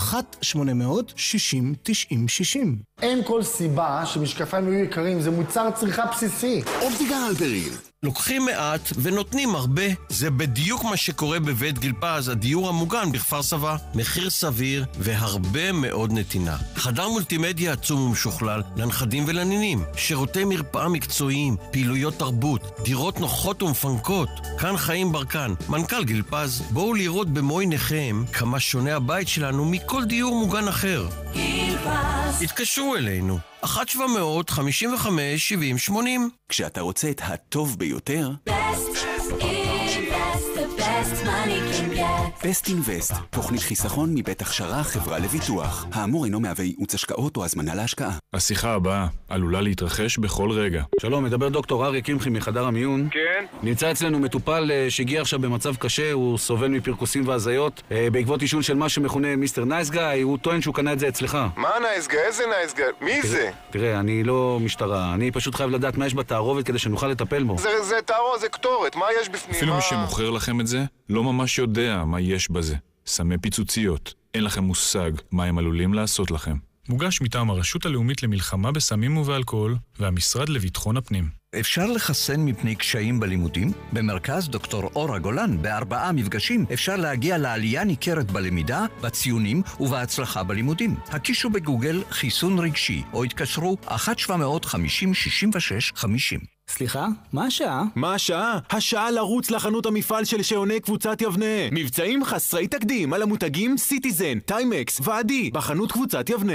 אין כל סיבה שמשקפיים יהיו יקרים, זה מוצר צריכה בסיסי. אופטיקה הלפרין. לוקחים מעט ונותנים הרבה. זה בדיוק מה שקורה בבית גיל פז, הדיור המוגן בכפר סבא. מחיר סביר והרבה מאוד נתינה. חדר מולטימדיה עצום ומשוכלל לנכדים ולנינים. שירותי מרפאה מקצועיים, פעילויות תרבות, דירות נוחות ומפנקות. כאן חיים ברקן, מנכ"ל גיל פז. בואו לראות במו עיניכם כמה שונה הבית שלנו מכל דיור מוגן אחר. גיל פז. התקשרו אלינו. 1-700-55-70-80. כשאתה רוצה את הטוב ביותר, Best Invest, תוכנית חיסכון מבית הכשרה חברה לביטוח. האמור אינו מהווה ייעוץ השקעות או הזמנה להשקעה. השיחה הבאה עלולה להתרחש בכל רגע. שלום, מדבר דוקטור אריה קמחי מחדר המיון. כן? נמצא אצלנו מטופל שהגיע עכשיו במצב קשה, הוא סובל מפרקוסים והזיות. בעקבות עישון של מה שמכונה מיסטר נייס גאי, הוא טוען שהוא קנה את זה אצלך. מה נייס גאי? איזה נייס גאי? מי זה? תראה, אני לא משטרה, אני פשוט חייב לדעת מה יש בתערובת כדי שנוכל לטפל בו. זה תערובת, זה קטורת, מה יש בפנים? אפילו מי שמוכר לכם את זה, לא ממש יודע מה יש בזה. סמי פיצוציות, אין לכם מושג מה הם עלולים לעשות לכם. מוגש מטעם הרשות הלאומית למלחמה בסמים ובאלכוהול והמשרד לביטחון הפנים. אפשר לחסן מפני קשיים בלימודים? במרכז דוקטור אורה גולן, ב4 מפגשים, אפשר להגיע לעלייה ניכרת בלמידה, בציונים ובהצלחה בלימודים. הקישו בגוגל חיסון רגשי, או התקשרו 1-750-66-50. סליחה? מה השעה? מה השעה? השעה לרוץ לחנות המפעל של שעוני קבוצת יבנה. מבצעים חסרי תקדים על המותגים סיטיזן, טיימקס ועדי בחנות קבוצת יבנה.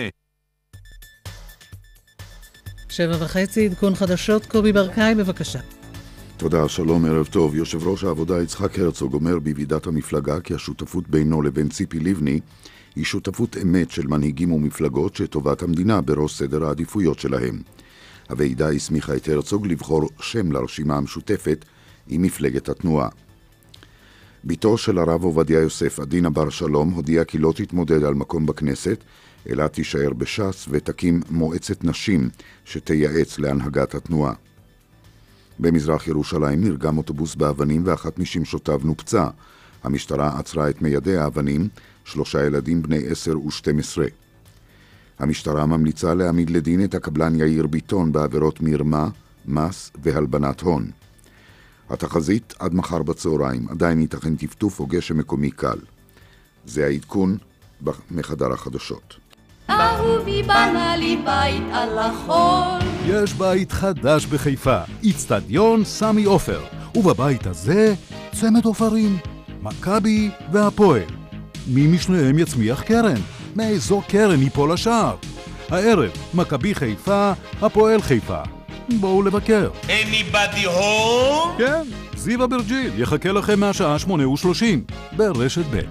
7:30, עדכון חדשות, קובי ברקאי, בבקשה. תודה, שלום, ערב טוב. יושב ראש העבודה יצחק הרצוג אומר בוועידת המפלגה כי השותפות בינו לבין ציפי לבני היא שותפות אמת של מנהיגים ומפלגות שטובת המדינה בראש סדר העדיפויות שלהם. הוועידה הסמיכה את הרצוג לבחור שם לרשימה המשותפת עם מפלגת התנועה. ביתו של הרב עובדיה יוסף, עדינה בר שלום, הודיעה כי לא תתמודד על מקום בכנסת, אלא תישאר בש"ס ותקים מועצת נשים שתייעץ להנהגת התנועה. במזרח ירושלים נרגם אוטובוס באבנים ואחת משמשותיו נופצה. המשטרה עצרה את מיידי האבנים, 3 ילדים בני 10 ו-12. המשטרה ממליצה להעמיד לדין את הקבלן יאיר ביטון בעבירות מרמה, מס והלבנת הון. התחזית עד מחר בצהריים, עדיין ייתכן טפטוף או גשם מקומי קל. זה העדכון מחדר החדשות. אהובי בנה לי בית על החול. יש בית חדש בחיפה, אצטדיון סמי עופר, ובבית הזה צמד עופרים, מכבי והפועל. מי משניהם יצמיח קרן? מאיזו קרן ייפול השער? הערב, מכבי חיפה, הפועל חיפה. בואו לבקר. Anybody home? כן, זיו אברג'יל יחכה לכם מהשעה 8:30 ברשת ב'.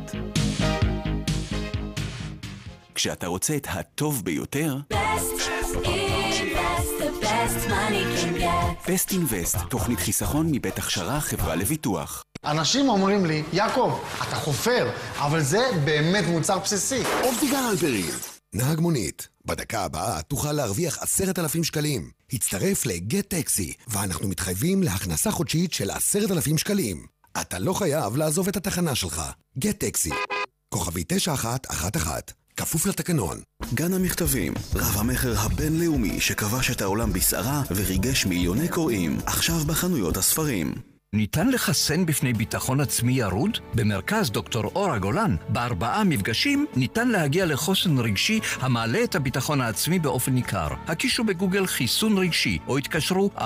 כשאתה רוצה את הטוב ביותר, Best Invest, תוכנית חיסכון מבית הכשרה חברה לביטוח. אנשים אומרים לי, יעקב, אתה חופר, אבל זה באמת מוצר בסיסי. אופטיקה הלפרין. נהג מונית, בדקה הבאה תוכל להרוויח 10,000 שקלים. הצטרף לגט טקסי, ואנחנו מתחייבים להכנסה חודשית של 10,000 שקלים. אתה לא חייב לעזוב את התחנה שלך. גט טקסי. כוכבי 9111. כפוף לתקנון. גן המכתבים, רב המחר הבינלאומי שכבש את העולם בסערה וריגש מיליוני קוראים, עכשיו בחנויות הספרים. ניתן לחסן בפני ביטחון עצמי ירוד? במרכז דוקטור אורה גולן, ב4 מפגשים, ניתן להגיע לחוסן רגשי המעלה את הביטחון העצמי באופן ניכר. הקישו בגוגל חיסון רגשי, או התקשרו 1-750-66-50.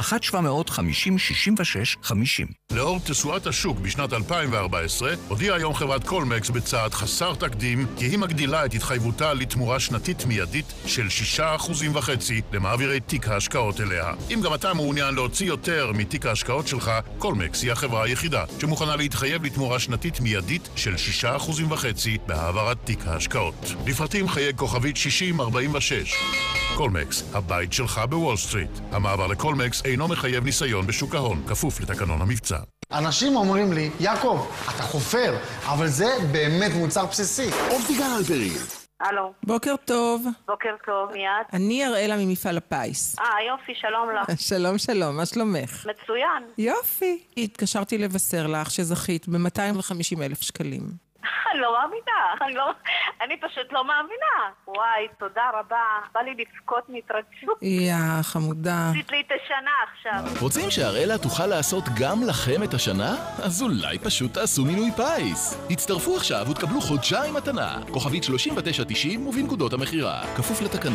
לאור תשואת השוק בשנת 2014, הודיעה היום חברת קולמקס בצעד חסר תקדים, כי היא מגדילה את התחייבותה לתמורה שנתית מיידית של 6.5% למעבירי תיק ההשקעות אליה. אם גם אתה מעוניין להוציא יותר מתיק ההשקעות שלך, קולמקס היא החברה היחידה שמוכנה להתחייב לתמורה שנתית מיידית של 6.5% בהעברת תיק ההשקעות. לפרטים חייג כוכבית 6046. קולמקס, הבית שלך בוול סטריט. המעבר לקולמקס אינו מחייב ניסיון בשוק ההון, כפוף לתקנון המבצע. אנשים אומרים לי, יעקב, אתה חופר, אבל זה באמת מוצר בסיסי. אופטיקה הלפרין. הלו. בוקר טוב. בוקר טוב, מיד. אני אראלה ממפעל הפיס. יופי, שלום לך. שלום, שלום, מה שלומך? מצוין. יופי. התקשרתי לבשר לך שזכית ב-250,000 שקלים. אני לא מאמינה, אני פשוט לא מאמינה. וואי, תודה רבה. בא לי לבכות מהתרגשות. יא, חמודה. עשית לי את השנה עכשיו. רוצים שהראלה תוכל לעשות גם לכם את השנה? אז אולי פשוט תעשו מינוי פיס. הצטרפו עכשיו ותקבלו חודשיים מתנה. כוכבית 3990 ובנקודות המחירה. כפוף לתקנון.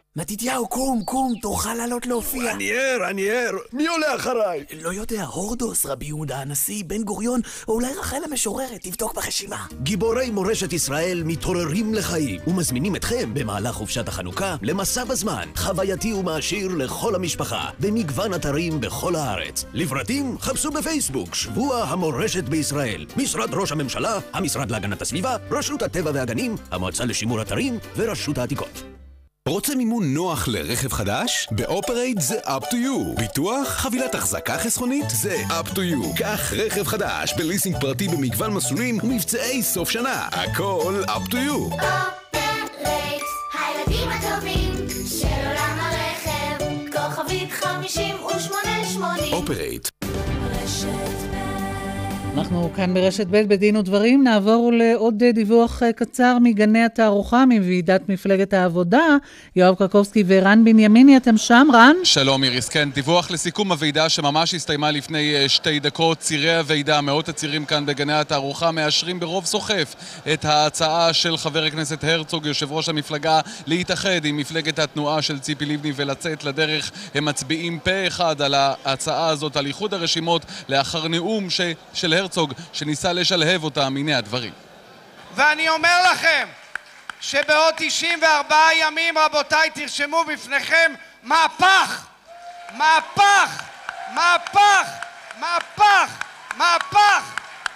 מתתיהו, קום, תוכל לעלות להופיע. אני ער. מי עולה אחריי? לא יודע, הורדוס, רבי יהודה הנשיא, בן גוריון, או אולי רחל המשוררת, תבדוק ברשימה. גיבורי מורשת ישראל מתעוררים לחיים ומזמינים אתכם במהלך חופשת החנוכה למסע בזמן, חווייתי ומעשיר לכל המשפחה, במגוון אתרים בכל הארץ. לפרטים חפשו בפייסבוק שבוע המורשת בישראל, משרד ראש הממשלה, המשרד להגנת הסביבה, רשות הטבע והגנים, המועצה לשימור אתרים ורשות העתיקות. רוצה מימון נוח לרכב חדש? באופרייט זה up to you. ביטוח, חבילת החזקה חסכונית, זה up to you. קח רכב חדש בליסינג פרטי במגוון מסלולים ומבצעי סוף שנה. הכל up to you. אופרייט, הילדים הטובים של עולם הרכב, כוכבית 5880. אופרייט. אנחנו כאן ברשת ב' בדין ודברים, נעבור לעוד דיווח קצר מגני התערוכה מוועידת מפלגת העבודה. יואב קרקובסקי ורן בנימיני, אתם שם, רן? שלום איריס, כן, דיווח לסיכום הוועידה שממש הסתיימה לפני 2 דקות. צירי הוועידה, מאות הצירים כאן בגני התערוכה, מאשרים ברוב סוחף את ההצעה של חבר הכנסת הרצוג, יושב ראש המפלגה, להתאחד עם מפלגת התנועה של ציפי לבני ולצאת לדרך. הם מצביעים פה אחד על ההצעה הזאת, על איחוד הרשימות, לאחר נאום של הרצוג שניסה לשלהב אותה מיני הדברים. ואני אומר לכם שבעוד 94 ימים, רבותיי, תרשמו בפניכם מהפך, מהפך, מהפך, מהפך, מהפך,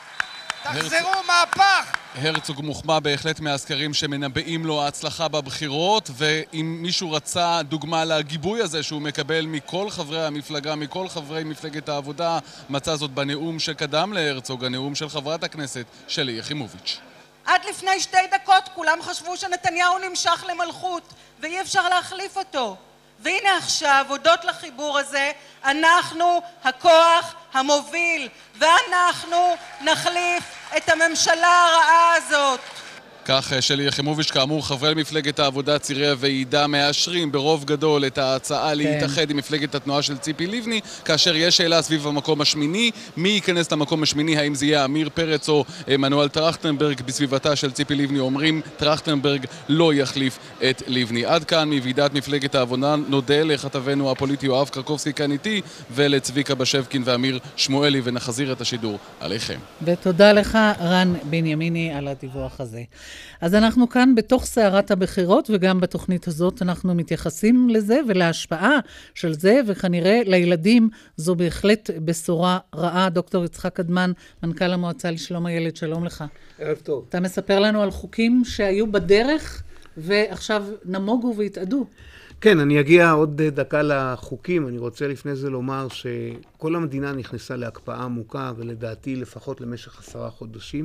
תחזרו מהפך. הרצוג מוחמא בהחלט מהסקרים שמנבאים לו ההצלחה בבחירות, ואם מישהו רצה דוגמה לגיבוי הזה שהוא מקבל מכל חברי המפלגה, מכל חברי מפלגת העבודה, מצא זאת בנאום שקדם להרצוג, הנאום של חברת הכנסת שלי יחימוביץ'. עד לפני 2 דקות כולם חשבו שנתניהו נמשך למלכות ואי אפשר להחליף אותו. והנה עכשיו, הודות לחיבור הזה, אנחנו הכוח המוביל, ואנחנו נחליף את הממשלה הרעה הזאת. כך שלי יחימוביץ', כאמור, חברי מפלגת העבודה, צירי הוועידה, מאשרים ברוב גדול את ההצעה להתאחד עם מפלגת התנועה של ציפי לבני, כאשר יש שאלה סביב המקום השמיני, מי ייכנס למקום השמיני, האם זה יהיה אמיר פרץ או מנואל טרכטנברג. בסביבתה של ציפי לבני אומרים טרכטנברג לא יחליף את לבני. עד כאן מוועידת מפלגת העבודה, נודה לכתבנו הפוליטי יואב קרקובסקי כאן איתי, ולצביקה בשבקין ואמיר שמואלי, ונחזיר את השידור עליכם. ותודה לך רן בנימיני על הדיווח הזה. אז אנחנו כאן בתוך סערת הבחירות, וגם בתוכנית הזאת אנחנו מתייחסים לזה ולהשפעה של זה, וכנראה לילדים זו בהחלט בשורה רעה. דוקטור יצחק קדמן, מנכ"ל המועצה לשלום הילד, שלום לך. ערב טוב. אתה מספר לנו על חוקים שהיו בדרך ועכשיו נמוגו והתעדו. כן, אני אגיע עוד דקה לחוקים. אני רוצה לפני זה לומר שכל המדינה נכנסה להקפאה עמוקה, ולדעתי לפחות למשך 10 חודשים,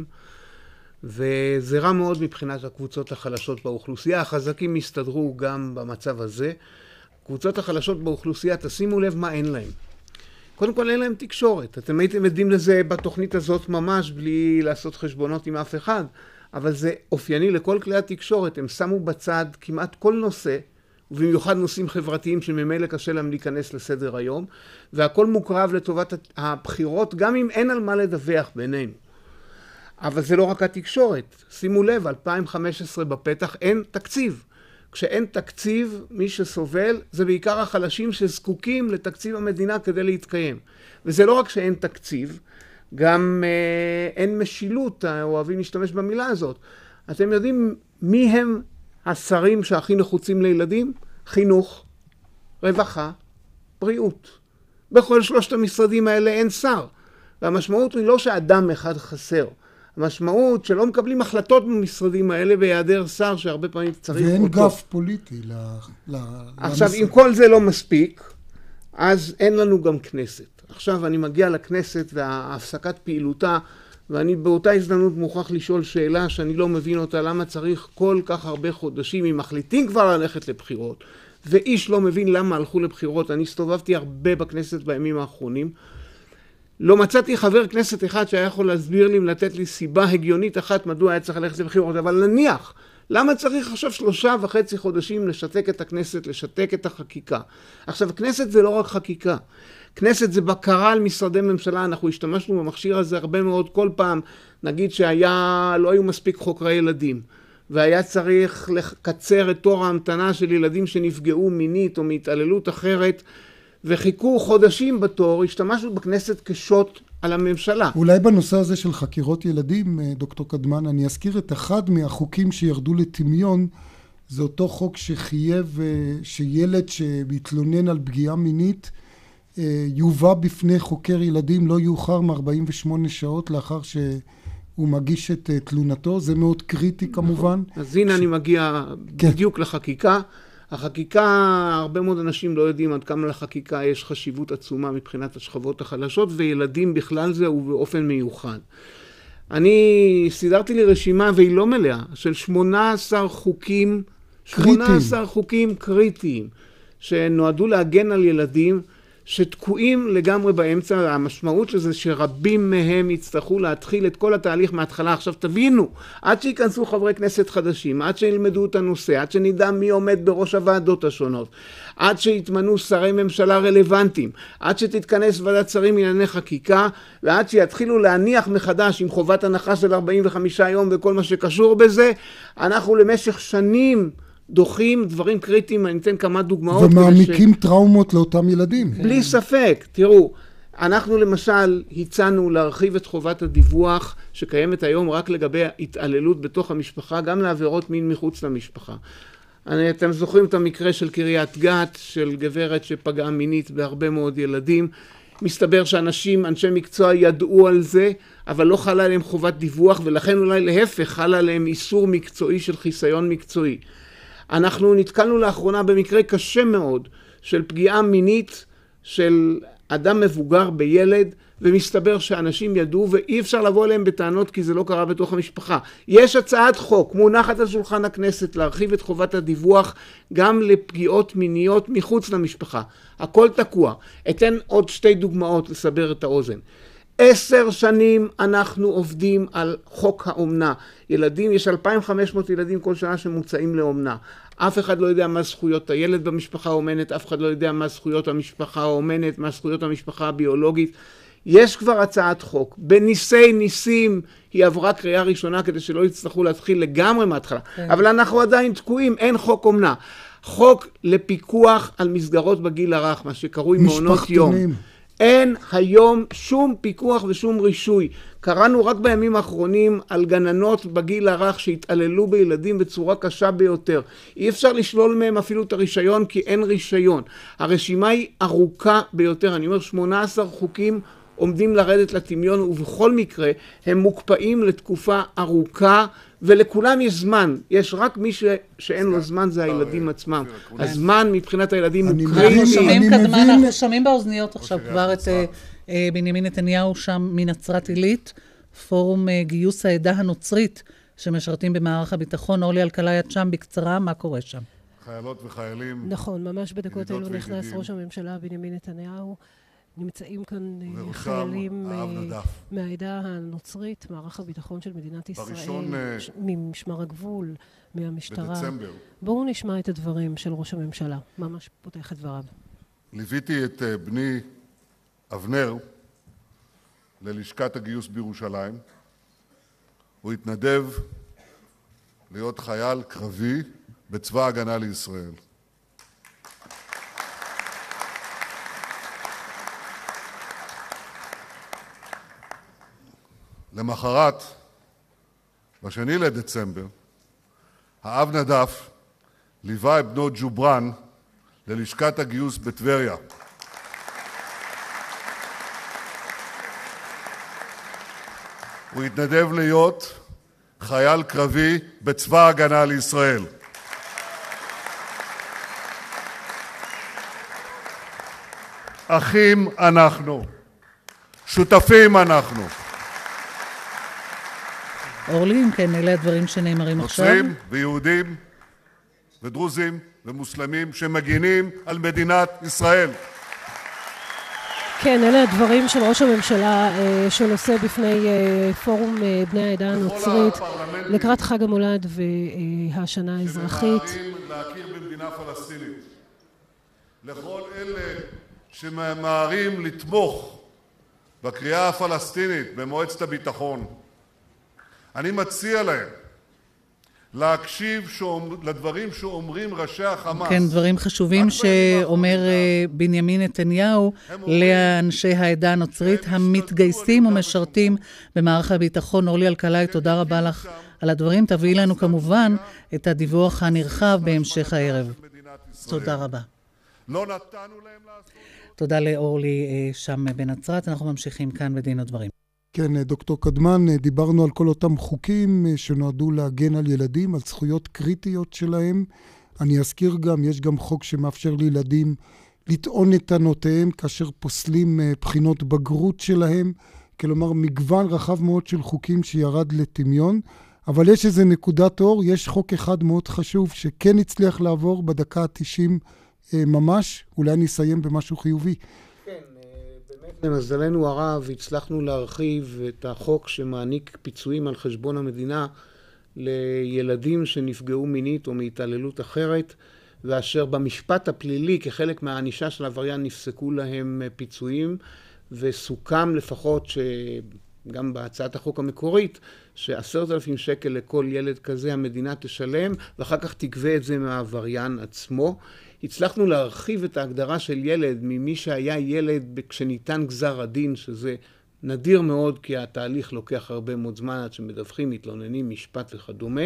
וזה רע מאוד מבחינת הקבוצות החלשות באוכלוסייה. החזקים הסתדרו גם במצב הזה. קבוצות החלשות באוכלוסייה, תשימו לב מה אין להם. קודם כל אין להם תקשורת. אתם הייתם עדים לזה בתוכנית הזאת ממש בלי לעשות חשבונות עם אף אחד, אבל זה אופייני לכל כלי התקשורת. הם שמו בצד כמעט כל נושא, ובמיוחד נושאים חברתיים שממילא קשה להם להיכנס לסדר היום, והכל מוקרב לטובת הבחירות, גם אם אין על מה לדווח בינינו. אבל זה לא רק התקשורת. שימו לב, 2015 בפתח, אין תקציב. כשאין תקציב, מי שסובל זה בעיקר החלשים שזקוקים לתקציב המדינה כדי להתקיים. וזה לא רק שאין תקציב, גם אין משילות, אוהבים להשתמש במילה הזאת. אתם יודעים מי הם השרים שהכי נחוצים לילדים? חינוך, רווחה, בריאות. בכל 3 המשרדים האלה אין שר. והמשמעות היא לא שאדם אחד חסר. המשמעות שלא מקבלים החלטות במשרדים האלה בהיעדר שר שהרבה פעמים צריך אותו. ואין גף פוליטי עכשיו, אם כל זה לא מספיק, אז אין לנו גם כנסת. עכשיו אני מגיע לכנסת וההפסקת פעילותה, ואני באותה הזדמנות מוכרח לשאול שאלה שאני לא מבין אותה, למה צריך כל כך הרבה חודשים, אם מחליטים כבר ללכת לבחירות, ואיש לא מבין למה הלכו לבחירות. אני הסתובבתי הרבה בכנסת בימים האחרונים, לא מצאתי חבר כנסת אחד שהיה יכול להסביר לי, לתת לי סיבה הגיונית אחת מדוע היה צריך ללכת לבחירות. אבל נניח, למה צריך עכשיו 3.5 חודשים לשתק את הכנסת, לשתק את החקיקה? עכשיו, כנסת זה לא רק חקיקה. כנסת זה בקרה על משרדי ממשלה. אנחנו השתמשנו במכשיר הזה הרבה מאוד. כל פעם נגיד לא היו מספיק חוקרי ילדים, והיה צריך לקצר את תור ההמתנה של ילדים שנפגעו מינית או מהתעללות אחרת, וחיכו חודשים בתור, השתמשנו בכנסת כשוט על הממשלה. אולי בנושא הזה של חקירות ילדים, דוקטור קדמן, אני אזכיר את אחד מהחוקים שירדו לטמיון, זה אותו חוק שחייב שילד שמתלונן על פגיעה מינית, יובא בפני חוקר ילדים לא יאוחר מ-48 שעות לאחר שהוא מגיש את תלונתו. זה מאוד קריטי כמובן. אז הנה אני מגיע בדיוק לחקיקה. החקיקה, הרבה מאוד אנשים לא יודעים עד כמה לחקיקה יש חשיבות עצומה מבחינת השכבות החלשות, וילדים בכלל זה ובאופן מיוחד. אני סידרתי לי רשימה, והיא לא מלאה, של 18 חוקים קריטיים, שנועדו להגן על ילדים, שתקועים לגמרי באמצע. המשמעות של זה שרבים מהם יצטרכו להתחיל את כל התהליך מההתחלה. עכשיו תבינו, עד שיכנסו חברי כנסת חדשים, עד שילמדו את הנושא, עד שנדע מי עומד בראש הוועדות השונות, עד שיתמנו שרי ממשלה רלוונטיים, עד שתתכנס ועדת שרים לענייני חקיקה, ועד שיתחילו להניח מחדש עם חובת הנחה של 45 יום וכל מה שקשור בזה, אנחנו למשך שנים דוחים דברים קריטיים. אני אתן כמה דוגמאות. ומעמיקים טראומות לאותם ילדים. בלי ספק. תראו, אנחנו למשל הצענו להרחיב את חובת הדיווח שקיימת היום רק לגבי התעללות בתוך המשפחה, גם לעבירות מין מחוץ למשפחה. אתם זוכרים את המקרה של קריית גת, של גברת שפגעה מינית בהרבה מאוד ילדים. מסתבר שאנשים, אנשי מקצוע ידעו על זה, אבל לא חלה עליהם חובת דיווח, ולכן אולי להפך חלה עליהם איסור מקצועי של חיסיון מקצועי. אנחנו נתקלנו לאחרונה במקרה קשה מאוד של פגיעה מינית של אדם מבוגר בילד, ומסתבר שאנשים ידעו ואי אפשר לבוא אליהם בטענות כי זה לא קרה בתוך המשפחה. יש הצעת חוק מונחת על שולחן הכנסת להרחיב את חובת הדיווח גם לפגיעות מיניות מחוץ למשפחה. הכל תקוע. אתן עוד 2 דוגמאות לסבר את האוזן. 10 שנים אנחנו עובדים על חוק האומנה. ילדים, יש 2,500 ילדים כל שנה שמוצאים לאומנה. אף אחד לא יודע מה זכויות הילד במשפחה האומנת, אף אחד לא יודע מה זכויות המשפחה האומנת, מה זכויות המשפחה הביולוגית. יש כבר הצעת חוק, בניסי ניסים היא עברה קריאה ראשונה כדי שלא יצטרכו להתחיל לגמרי מההתחלה. אבל אנחנו עדיין תקועים, אין חוק אומנה. חוק לפיקוח על מסגרות בגיל הרך, מה שקרוי מעונות יום. אין היום שום פיקוח ושום רישוי. קראנו רק בימים האחרונים על גננות בגיל הרך שהתעללו בילדים בצורה קשה ביותר. אי אפשר לשלול מהם אפילו את הרישיון כי אין רישיון. הרשימה היא ארוכה ביותר. אני אומר 18 חוקים עומדים לרדת לטמיון, ובכל מקרה הם מוקפאים לתקופה ארוכה, ולכולם יש זמן. יש רק מי שאין לו זמן, זה הילדים עצמם. הזמן מבחינת הילדים הוא קריטי. אנחנו שומעים באוזניות עכשיו כבר את בנימין נתניהו שם מנצרת עילית, פורום גיוס העדה הנוצרית שמשרתים במערך הביטחון. אורלי אלקלעי, את שם בקצרה, מה קורה שם? חיילות וחיילים. נכון, ממש בדקות אלו נכנס ראש הממשלה בנימין נתניהו. נמצאים כאן חיילים מהעדה הנוצרית, מערך הביטחון של מדינת ישראל, ממשמר הגבול, מהמשטרה. בדצמבר. בואו נשמע את הדברים של ראש הממשלה, ממש פותח את דבריו. ליוויתי את בני אבנר ללשכת הגיוס בירושלים. הוא התנדב להיות חייל קרבי בצבא ההגנה לישראל. למחרת, ב2 לדצמבר, האב נדף ליווה את בנו ג'וברן ללשכת הגיוס בטבריה. הוא התנדב להיות חייל קרבי בצבא ההגנה לישראל. אחים אנחנו, שותפים אנחנו. אורלי, אם כן, אלה הדברים שנאמרים עכשיו. נוצרים ויהודים ודרוזים ומוסלמים שמגינים על מדינת ישראל. כן, אלה הדברים של ראש הממשלה שנושא בפני פורום בני העדה הנוצרית לקראת חג המולד והשנה האזרחית. שממהרים להכיר במדינה פלסטינית. לכל אלה שממהרים לתמוך בקריאה הפלסטינית במועצת הביטחון. אני מציע להם להקשיב לדברים שאומרים ראשי החמאס. כן, דברים חשובים שאומר בנימין נתניהו לאנשי העדה הנוצרית המתגייסים ומשרתים במערך הביטחון. אורלי אלקלעי, תודה רבה לך על הדברים. תביאי לנו כמובן את הדיווח הנרחב בהמשך הערב. תודה רבה. לא נתנו להם לעשות. תודה לאורלי שם בנצרת. אנחנו ממשיכים כאן בדין ודברים. כן, דוקטור קדמן, דיברנו על כל אותם חוקים שנועדו להגן על ילדים, על זכויות קריטיות שלהם. אני אזכיר גם, יש גם חוק שמאפשר לילדים לטעון את טענותיהם כאשר פוסלים בחינות בגרות שלהם. כלומר, מגוון רחב מאוד של חוקים שירד לטמיון. אבל יש איזה נקודת אור, יש חוק אחד מאוד חשוב שכן הצליח לעבור בדקה ה-90 ממש. אולי נסיים במשהו חיובי. למזלנו הרב הצלחנו להרחיב את החוק שמעניק פיצויים על חשבון המדינה לילדים שנפגעו מינית או מהתעללות אחרת, ואשר במשפט הפלילי כחלק מהענישה של העבריין נפסקו להם פיצויים, וסוכם לפחות שגם בהצעת החוק המקורית ש10,000 שקל לכל ילד כזה המדינה תשלם, ואחר כך תגבה את זה מהעבריין עצמו. הצלחנו להרחיב את ההגדרה של ילד ממי שהיה ילד כשניתן גזר הדין, שזה נדיר מאוד כי התהליך לוקח הרבה מאוד זמן עד שמדווחים, מתלוננים, משפט וכדומה.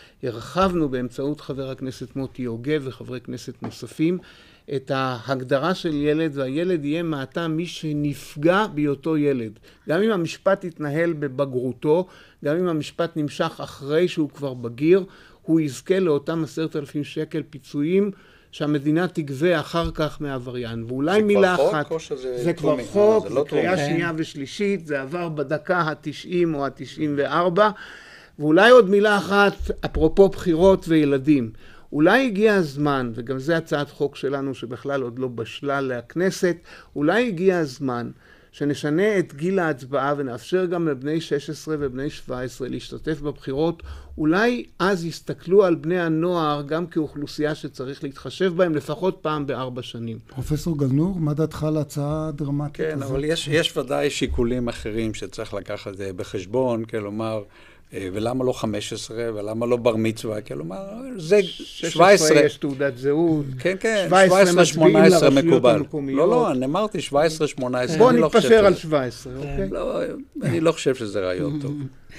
הרחבנו באמצעות חבר הכנסת מוטי יוגב וחברי כנסת נוספים את ההגדרה של ילד, והילד יהיה מעתה מי שנפגע בהיותו ילד. גם אם המשפט יתנהל בבגרותו, גם אם המשפט נמשך אחרי שהוא כבר בגיר, הוא יזכה לאותם 10,000 שקל פיצויים שהמדינה תגבה אחר כך מהעבריין. ואולי מילה אחת, זה כבר חוק, זה קריאה שנייה ושלישית, זה עבר בדקה ה-90 או ה-94, ואולי עוד מילה אחת, אפרופו בחירות וילדים. אולי הגיע הזמן, וגם זה הצעת חוק שלנו שבכלל עוד לא בשלה לכנסת, אולי הגיע הזמן שנשנה את גיל ההצבעה ונאפשר גם לבני 16 ובני 17 להשתתף בבחירות. אולי אז יסתכלו על בני הנוער גם כאוכלוסייה שצריך להתחשב בהם לפחות פעם ב4 שנים. פרופסור גלנור, מה דעתך על ההצעה הדרמטית כן, הזאת? אבל יש ודאי שיקולים אחרים שצריך לקחת בחשבון, כלומר, ולמה לא 15, ולמה לא בר מצווה, כלומר, זה 17. יש תעודת זהות. כן, כן, 17-18 מקובל. לא, אני אמרתי 17-18. בוא נתפשר על 17, אוקיי? לא, אני לא חושב שזה רעיון טוב.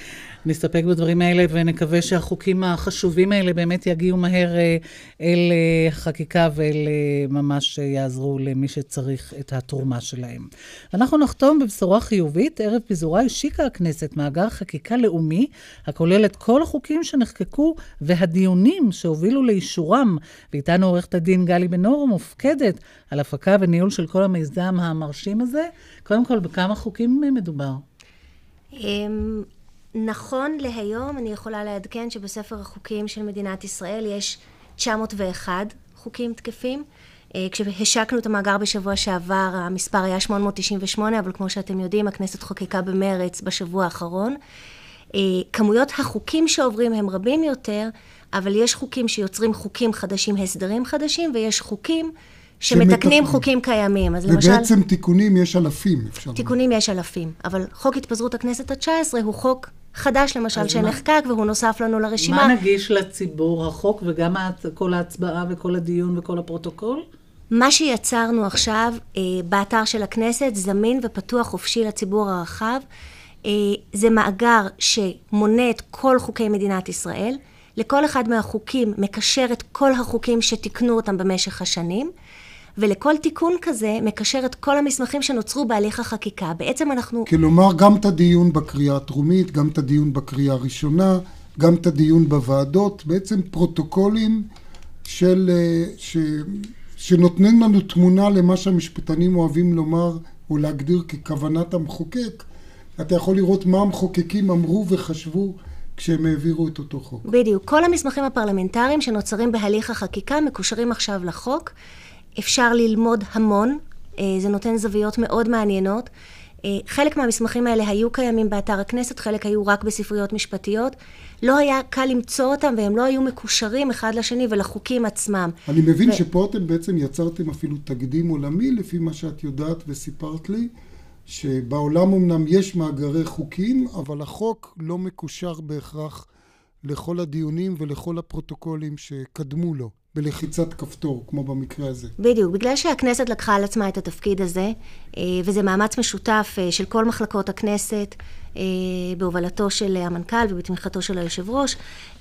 נסתפק בדברים האלה ונקווה שהחוקים החשובים האלה באמת יגיעו מהר אל חקיקה ואל ממש יעזרו למי שצריך את התרומה שלהם. אנחנו נחתום בבשורה חיובית. ערב פיזורה השיקה הכנסת מאגר חקיקה לאומי הכולל את כל החוקים שנחקקו והדיונים שהובילו לאישורם. ואיתנו עורכת הדין גלי בן אור מופקדת על הפקה וניהול של כל המיזם המרשים הזה. קודם כל, בכמה חוקים מדובר? נכון להיום אני יכולה לעדכן שבספר החוקים של מדינת ישראל יש 901 חוקים תקפים. כשהשקנו את המאגר בשבוע שעבר המספר היה 898, אבל כמו שאתם יודעים הכנסת חוקקה במרץ בשבוע האחרון. כמויות החוקים שעוברים הם רבים יותר, אבל יש חוקים שיוצרים חוקים חדשים, הסדרים חדשים, ויש חוקים שמתקנים חוקים קיימים. אז למשל, ובעצם תיקונים יש אלפים. תיקונים יש אלפים, אבל חוק התפזרות הכנסת ה-19 הוא חוק חדש למשל שנחקק והוא נוסף לנו לרשימה. מה נגיש לציבור החוק וגם כל ההצבעה וכל הדיון וכל הפרוטוקול? מה שיצרנו עכשיו באתר של הכנסת זמין ופתוח חופשי לציבור הרחב. זה מאגר שמונה את כל חוקי מדינת ישראל. לכל אחד מהחוקים מקשר את כל החוקים שתיקנו אותם במשך השנים. ולכל תיקון כזה מקשר את כל המסמכים שנוצרו בהליך החקיקה. בעצם אנחנו... כלומר, גם את הדיון בקריאה הטרומית, גם את הדיון בקריאה הראשונה, גם את הדיון בוועדות, בעצם פרוטוקולים שנותנים לנו תמונה למה שהמשפטנים אוהבים לומר או להגדיר ככוונת המחוקק. אתה יכול לראות מה המחוקקים אמרו וחשבו כשהם העבירו את אותו חוק. בדיוק. כל המסמכים הפרלמנטריים שנוצרים בהליך החקיקה מקושרים עכשיו לחוק. אפשר ללמוד המון, זה נותן זוויות מאוד מעניינות. חלק מהמסמכים האלה היו קיימים באתר הכנסת, חלק היו רק בספריות משפטיות. לא היה קל למצוא אותם והם לא היו מקושרים אחד לשני ולחוקים עצמם. אני מבין שפה אתם בעצם יצרתם אפילו תקדים עולמי, לפי מה שאת יודעת וסיפרת לי, שבעולם אמנם יש מאגרי חוקים, אבל החוק לא מקושר בהכרח לכל הדיונים ולכל הפרוטוקולים שקדמו לו, בלחיצת כפתור, כמו במקרה הזה. בדיוק, בגלל שהכנסת לקחה על עצמה את התפקיד הזה, וזה מאמץ משותף של כל מחלקות הכנסת, בהובלתו של המנכ"ל ובתמיכתו של היושב ראש,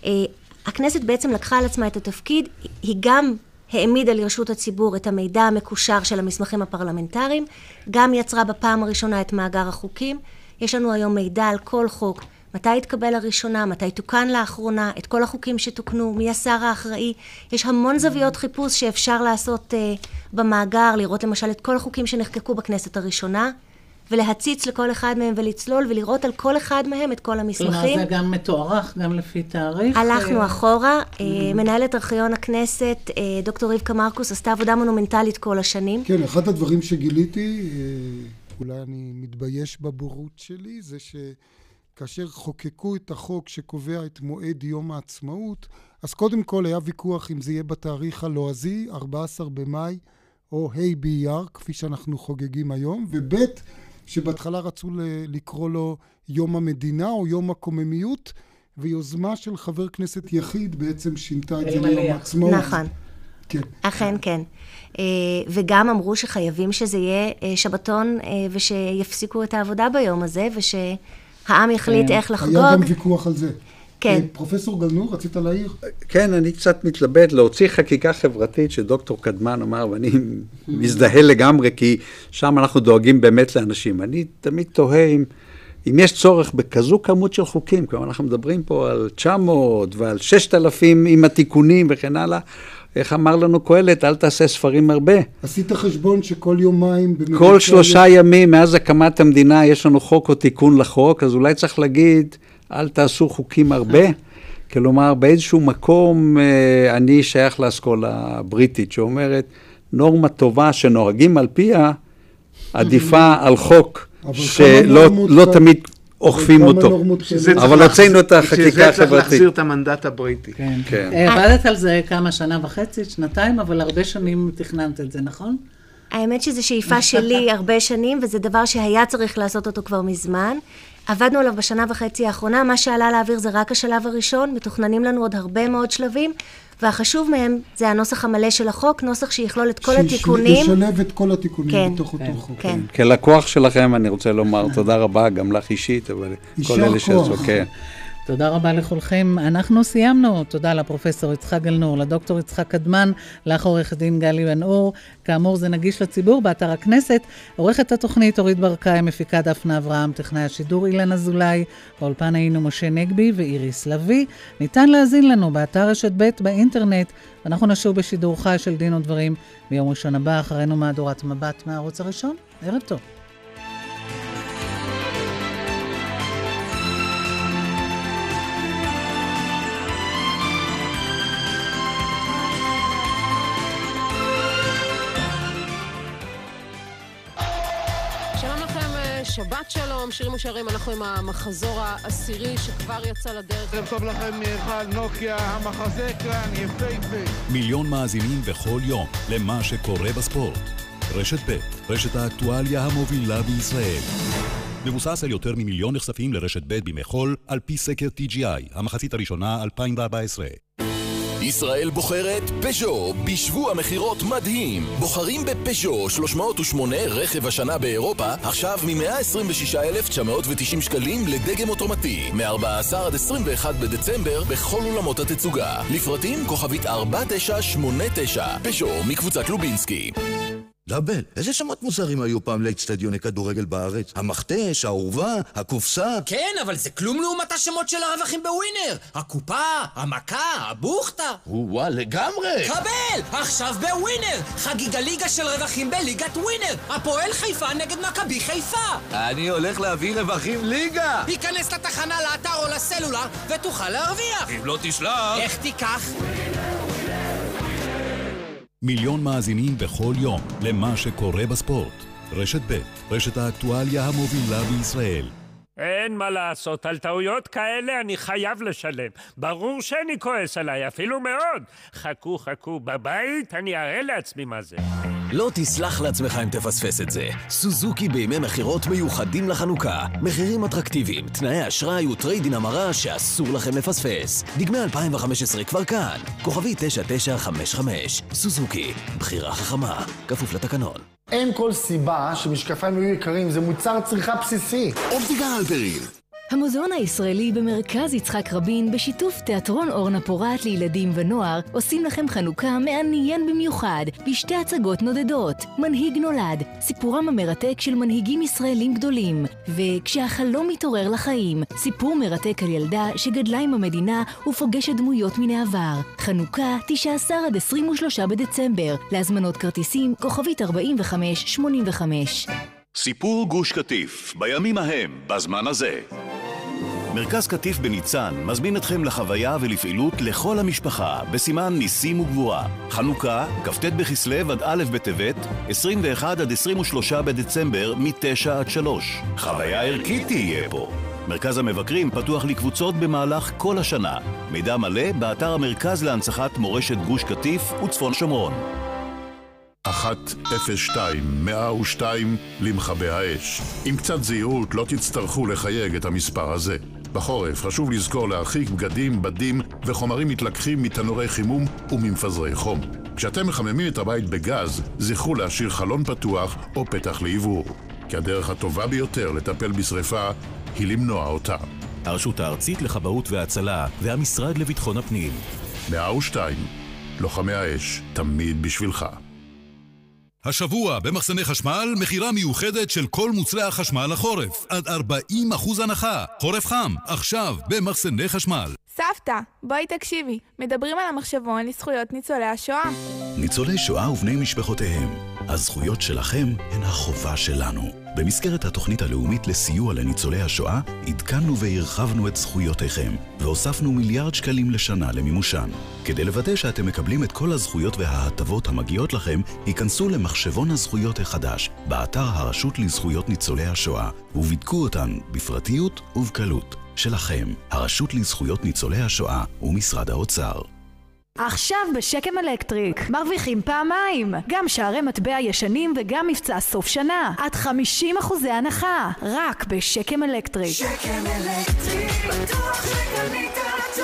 הכנסת בעצם לקחה על עצמה את התפקיד, היא גם העמידה לרשות הציבור את המידע המקושר של המסמכים הפרלמנטריים, גם יצרה בפעם הראשונה את מאגר החוקים. יש לנו היום מידע על כל חוק, מתי התקבל הראשונה, מתי תוקן לאחרונה, את כל החוקים שתוקנו, מי השר האחראי. יש המון זוויות חיפוש שאפשר לעשות במאגר, לראות למשל את כל החוקים שנחקקו בכנסת הראשונה, ולהציץ לכל אחד מהם ולצלול ולראות על כל אחד מהם את כל המסמכים. כלומר, זה גם מתוארך, גם לפי תאריך? הלכנו אחורה. מנהלת ארכיון הכנסת, דוקטור רבקה מרקוס, עשתה עבודה מונומנטלית כל השנים. כן, אחד הדברים שגיליתי, אולי אני מתבייש בבורות שלי, זה שכאשר חוקקו את החוק שקובע את מועד יום העצמאות, אז קודם כל היה ויכוח אם זה יהיה בתאריך הלועזי, 14 במאי, או ה' באייר, כפי שאנחנו חוגגים היום, ובית שבהתחלה רצו לקרוא לו יום המדינה או יום הקוממיות, ויוזמה של חבר כנסת יחיד בעצם שינתה את זה ליום העצמאות. נכון. כן. אכן כן. וגם אמרו שחייבים שזה יהיה שבתון ושיפסיקו את העבודה ביום הזה, ושהעם יחליט איך לחגוג. היה גם ויכוח על זה. כן. פרופסור גלנור, רצית להעיר? כן, אני קצת מתלבט להוציא חקיקה חברתית שדוקטור קדמן אמר, ואני מזדהה לגמרי, כי שם אנחנו דואגים באמת לאנשים. אני תמיד תוהה אם יש צורך בכזו כמות של חוקים, כלומר אנחנו מדברים פה על 900 ועל 6,000 עם התיקונים וכן הלאה, איך אמר לנו קהלת, אל תעשה ספרים הרבה. עשית חשבון שכל יומיים... כל 3 ימים מאז הקמת המדינה יש לנו חוק או תיקון לחוק, אז אולי צריך להגיד... אל תעשו חוקים הרבה, כלומר באיזשהו מקום אני שייך לאסכולה הבריטית שאומרת נורמה טובה שנוהגים על פיה עדיפה על חוק שלא תמיד אוכפים אותו. אבל הוצאנו את החקיקה החברתית. שזה צריך להחזיר את המנדט הבריטי. עבדת על זה כמה, שנה וחצי, שנתיים, אבל הרבה שנים תכננת את זה, נכון? האמת שזה שאיפה שלי הרבה שנים, וזה דבר שהיה צריך לעשות אותו כבר מזמן. עבדנו עליו בשנה וחצי האחרונה, מה שעלה לאוויר זה רק השלב הראשון, מתוכננים לנו עוד הרבה מאוד שלבים, והחשוב מהם זה הנוסח המלא של החוק, נוסח שיכלול את כל התיקונים. שישלב את כל התיקונים בתוך אותו חוק. כן. כלקוח שלכם אני רוצה לומר תודה רבה, גם לך אישית, אבל כל אלה שעשו, כן. תודה רבה לכולכם. אנחנו סיימנו. תודה לפרופסור יצחק גלנור, לדוקטור יצחק קדמן, לך עורך דין גלי בן אור. כאמור זה נגיש לציבור באתר הכנסת. עורכת התוכנית אורית ברקאי, מפיקה דפנה אברהם, טכנאי השידור אילן אזולאי, באולפן היינו משה נגבי ואיריס לוי. ניתן להזין לנו באתר רשת ב' באינטרנט. אנחנו נשוב בשידור חי של דין ודברים ביום ראשון הבא, אחרינו מהדורת מבט מהערוץ הראשון. ערב טוב. שבת שלום, שירים ושערים, אנחנו עם המחזור העשירי שכבר יצא לדרך. ערב טוב לכם מיכל נוקיה, המחזה כאן יפהפה. מיליון מאזינים בכל יום למה שקורה בספורט. רשת ב', רשת האקטואליה המובילה בישראל. מבוסס על יותר ממיליון נחשפים לרשת ב' בימי חול, על פי סקר TGI, המחצית הראשונה 2014. ישראל בוחרת פז'ו בשבוע מחירות מדהים. בוחרים בפז'ו 308 רכב השנה באירופה, עכשיו מ-126,990 שקלים לדגם אוטומטי, מ-14 עד 21 בדצמבר בכל עולמות התצוגה. לפרטים כוכבית 4989, פז'ו מקבוצת לובינסקי. דאבל, איזה שמות מוזרים היו פעם לאצטדיוני כדורגל בארץ? המכתש, העורבה, הקופסה? כן, אבל זה כלום לעומת השמות של הרווחים בווינר. הקופה, המכה, הבוכתה. וואה, לגמרי. קבל! עכשיו בווינר! חגיגה ליגה של רווחים בליגת ווינר. הפועל חיפה נגד מכבי חיפה. אני הולך להביא רווחים ליגה. היכנס לתחנה, לאתר או לסלולר ותוכל להרוויח. אם לא תשלח. איך תיקח? מיליון מאזינים בכל יום למה שקורה בספורט. רשת ב', רשת האקטואליה המובילה בישראל. אין מה לעשות, על טעויות כאלה אני חייב לשלם. ברור שאני כועס עליי, אפילו מאוד. חכו, בבית אני אראה לעצמי מה זה. לא תסלח לעצמך אם תפספס את זה. סוזוקי בימי מחירות מיוחדים לחנוכה. מחירים אטרקטיביים, תנאי אשראי וטריידין המרה שאסור לכם לפספס. דגמי 2015 כבר כאן. כוכבי 9955. סוזוקי, בחירה חכמה. כפוף לתקנון. אין כל סיבה שמשקפיים יהיו יקרים, זה מוצר צריכה בסיסי. אופטיקה הלפרין. המוזיאון הישראלי במרכז יצחק רבין בשיתוף תיאטרון אורנה פורט לילדים ונוער עושים לכם חנוכה מעניין במיוחד בשתי הצגות נודדות. מנהיג נולד, סיפורם המרתק של מנהיגים ישראלים גדולים, וכשהחלום מתעורר לחיים, סיפור מרתק על ילדה שגדלה עם המדינה ופוגשת דמויות מן העבר. חנוכה 19 עד 23 בדצמבר. להזמנות כרטיסים כוכבית 4585. סיפור גוש קטיף, בימים ההם, בזמן הזה. מרכז קטיף בניצן מזמין אתכם לחוויה ולפעילות לכל המשפחה בסימן ניסים וגבורה. חנוכה, כ"ט בכסלו עד א' בטבת, 21 עד 23 בדצמבר מ-9 עד 3. חוויה ערכית תהיה פה. מרכז המבקרים פתוח לקבוצות במהלך כל השנה. מידע מלא באתר המרכז להנצחת מורשת גוש קטיף וצפון שומרון. 102-102 למכבי האש. עם קצת זהירות לא תצטרכו לחייג את המספר הזה. בחורף חשוב לזכור להרחיק בגדים, בדים וחומרים מתלקחים מתנורי חימום וממפזרי חום. כשאתם מחממים את הבית בגז, זכרו להשאיר חלון פתוח או פתח לעיבור. כי הדרך הטובה ביותר לטפל בשריפה היא למנוע אותה. הרשות הארצית לכבאות והצלה והמשרד לביטחון הפנים. 102. לוחמי האש, תמיד בשבילך. השבוע במחסני חשמל, מחירה מיוחדת של כל מוצרי החשמל לחורף. עד 40% הנחה. חורף חם, עכשיו במחסני חשמל. סבתא, בואי תקשיבי. מדברים על המחשבון לזכויות ניצולי השואה. ניצולי שואה ובני משפחותיהם. הזכויות שלכם הן החובה שלנו. במסגרת התוכנית הלאומית לסיוע לניצולי השואה, עדכנו והרחבנו את זכויותיכם, והוספנו מיליארד שקלים לשנה למימושן. כדי לוודא שאתם מקבלים את כל הזכויות וההטבות המגיעות לכם, היכנסו למחשבון הזכויות החדש, באתר הרשות לזכויות ניצולי השואה, ובדקו אותן בפרטיות ובקלות. שלכם, הרשות לזכויות ניצולי השואה ומשרד האוצר. עכשיו בשקם אלקטריק מרוויחים פעמיים, גם שערי מטבע ישנים וגם מבצע סוף שנה עד 50% הנחה, רק בשקם אלקטריק. שקם אלקטריק, בטוח שקנית טוב.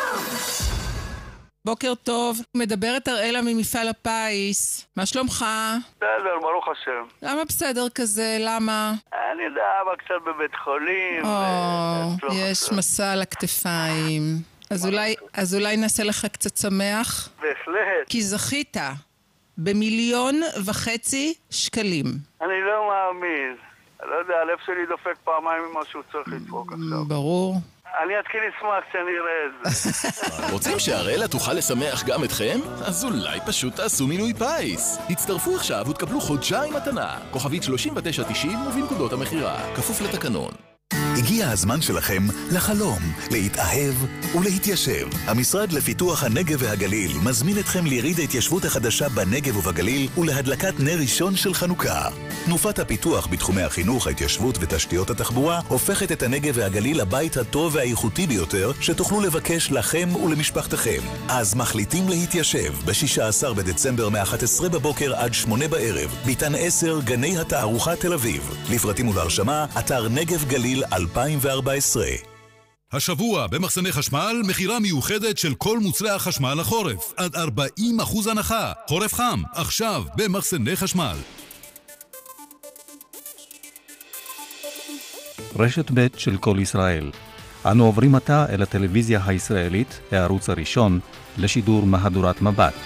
בוקר טוב, מדברת אראלה ממפעל הפיס. מה שלומך? בסדר, ברוך השם. למה בסדר כזה? למה? אני יודע, אבל קצת בבית חולים. יש מסע על הכתפיים. אז אולי נעשה לך קצת שמח? בהחלט. כי זכית ב1.5 מיליון שקלים. אני לא מאמין. אני לא יודע, הלב שלי דופק פעמיים ממה שהוא צריך לדפוק עכשיו. ברור. אני אתחיל לשמח כשאני אראה את זה. רוצים שהראלה תוכל לשמח גם אתכם? אז אולי פשוט תעשו מינוי פיס. הצטרפו עכשיו ותקבלו חודשיים מתנה. כוכבית 3990 ובנקודות המחירה. כפוף לתקנון. הגיע הזמן שלכם לחלום, להתאהב ולהתיישב. המשרד לפיתוח הנגב והגליל מזמין אתכם ליריד ההתיישבות החדשה בנגב ובגליל ולהדלקת נר ראשון של חנוכה. תנופת הפיתוח בתחומי החינוך, ההתיישבות ותשתיות התחבורה הופכת את הנגב והגליל לבית הטוב והאיכותי ביותר שתוכלו לבקש לכם ולמשפחתכם. אז מחליטים להתיישב ב-16 בדצמבר מ-11 בבוקר עד 8 בערב, ביתן 10 גני התערוכה תל אביב. לפרטים ולהרשמה, אתר נגב גליל 2014. השבוע במחסני חשמל, מחירה מיוחדת של כל מוצרי החשמל לחורף. עד 40% הנחה. חורף חם, עכשיו במחסני חשמל. רשת ב' של כל ישראל. אנו עוברים עתה אל הטלוויזיה הישראלית, הערוץ הראשון, לשידור מהדורת מבט.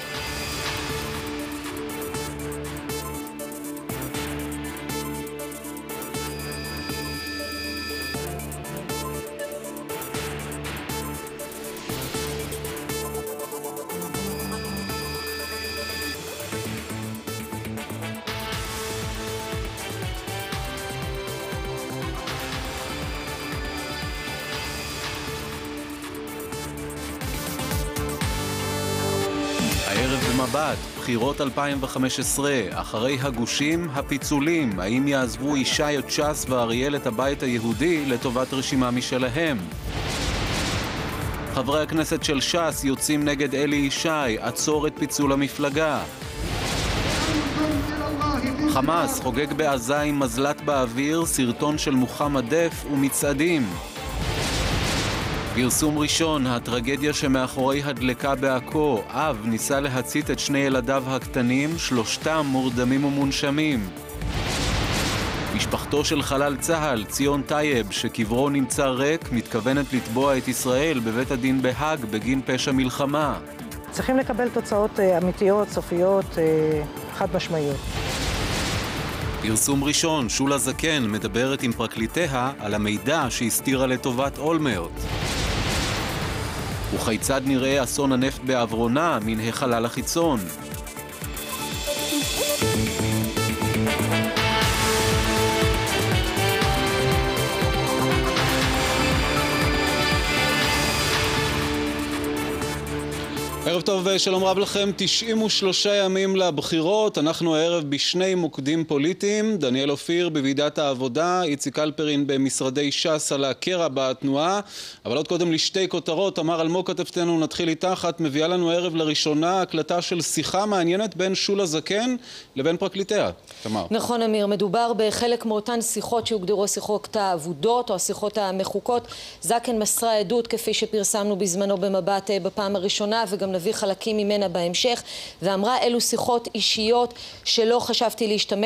מבט, בחירות 2015, אחרי הגושים, הפיצולים, האם יעזבו ישי את ש"ס ואריאל את הבית היהודי לטובת רשימה משלהם? חברי הכנסת של ש"ס יוצאים נגד אלי ישי, עצור את פיצול המפלגה. חמאס חוגג בעזה עם מזל"ט באוויר, סרטון של מוחמד דף ומצעדים. פרסום ראשון, הטרגדיה שמאחורי הדלקה בעכו. אב ניסה להצית את שני ילדיו הקטנים, שלושתם מורדמים ומונשמים. משפחתו של חלל צה"ל, ציון טייב, שקברו נמצא ריק, מתכוונת לתבוע את ישראל בבית הדין בהאג בגין פשע מלחמה. צריכים לקבל תוצאות אמיתיות, סופיות, חד משמעיות. פרסום ראשון, שולה זקן מדברת עם פרקליטיה על המידע שהסתירה לטובת אולמרט. וכיצד נראה אסון הנפט בעברונה מן החלל החיצון. ערב טוב, שלום רב לכם. 93 ימים לבחירות, אנחנו הערב בשני מוקדים פוליטיים. דניאל אופיר בוועידת העבודה, איציק אלפרין במשרדי ש"ס על הקרע בתנועה. אבל עוד קודם לשתי כותרות, תמר אלמוג כתבתנו, נתחיל איתך. את מביאה לנו ערב לראשונה הקלטה של שיחה מעניינת בין שולה זקן לבין פרקליטיה. תמר. נכון אמיר, מדובר בחלק מאותן שיחות שהוגדרו שיחות האבודות או השיחות המחוקות. זקן מסרה עדות כפי שפרסמנו בזמנו במבט בפעם הראשונה, וגם נביא חלקים ממנה בהמשך, ואמרה אלו שיחות אישיות שלא חשבתי להשתמש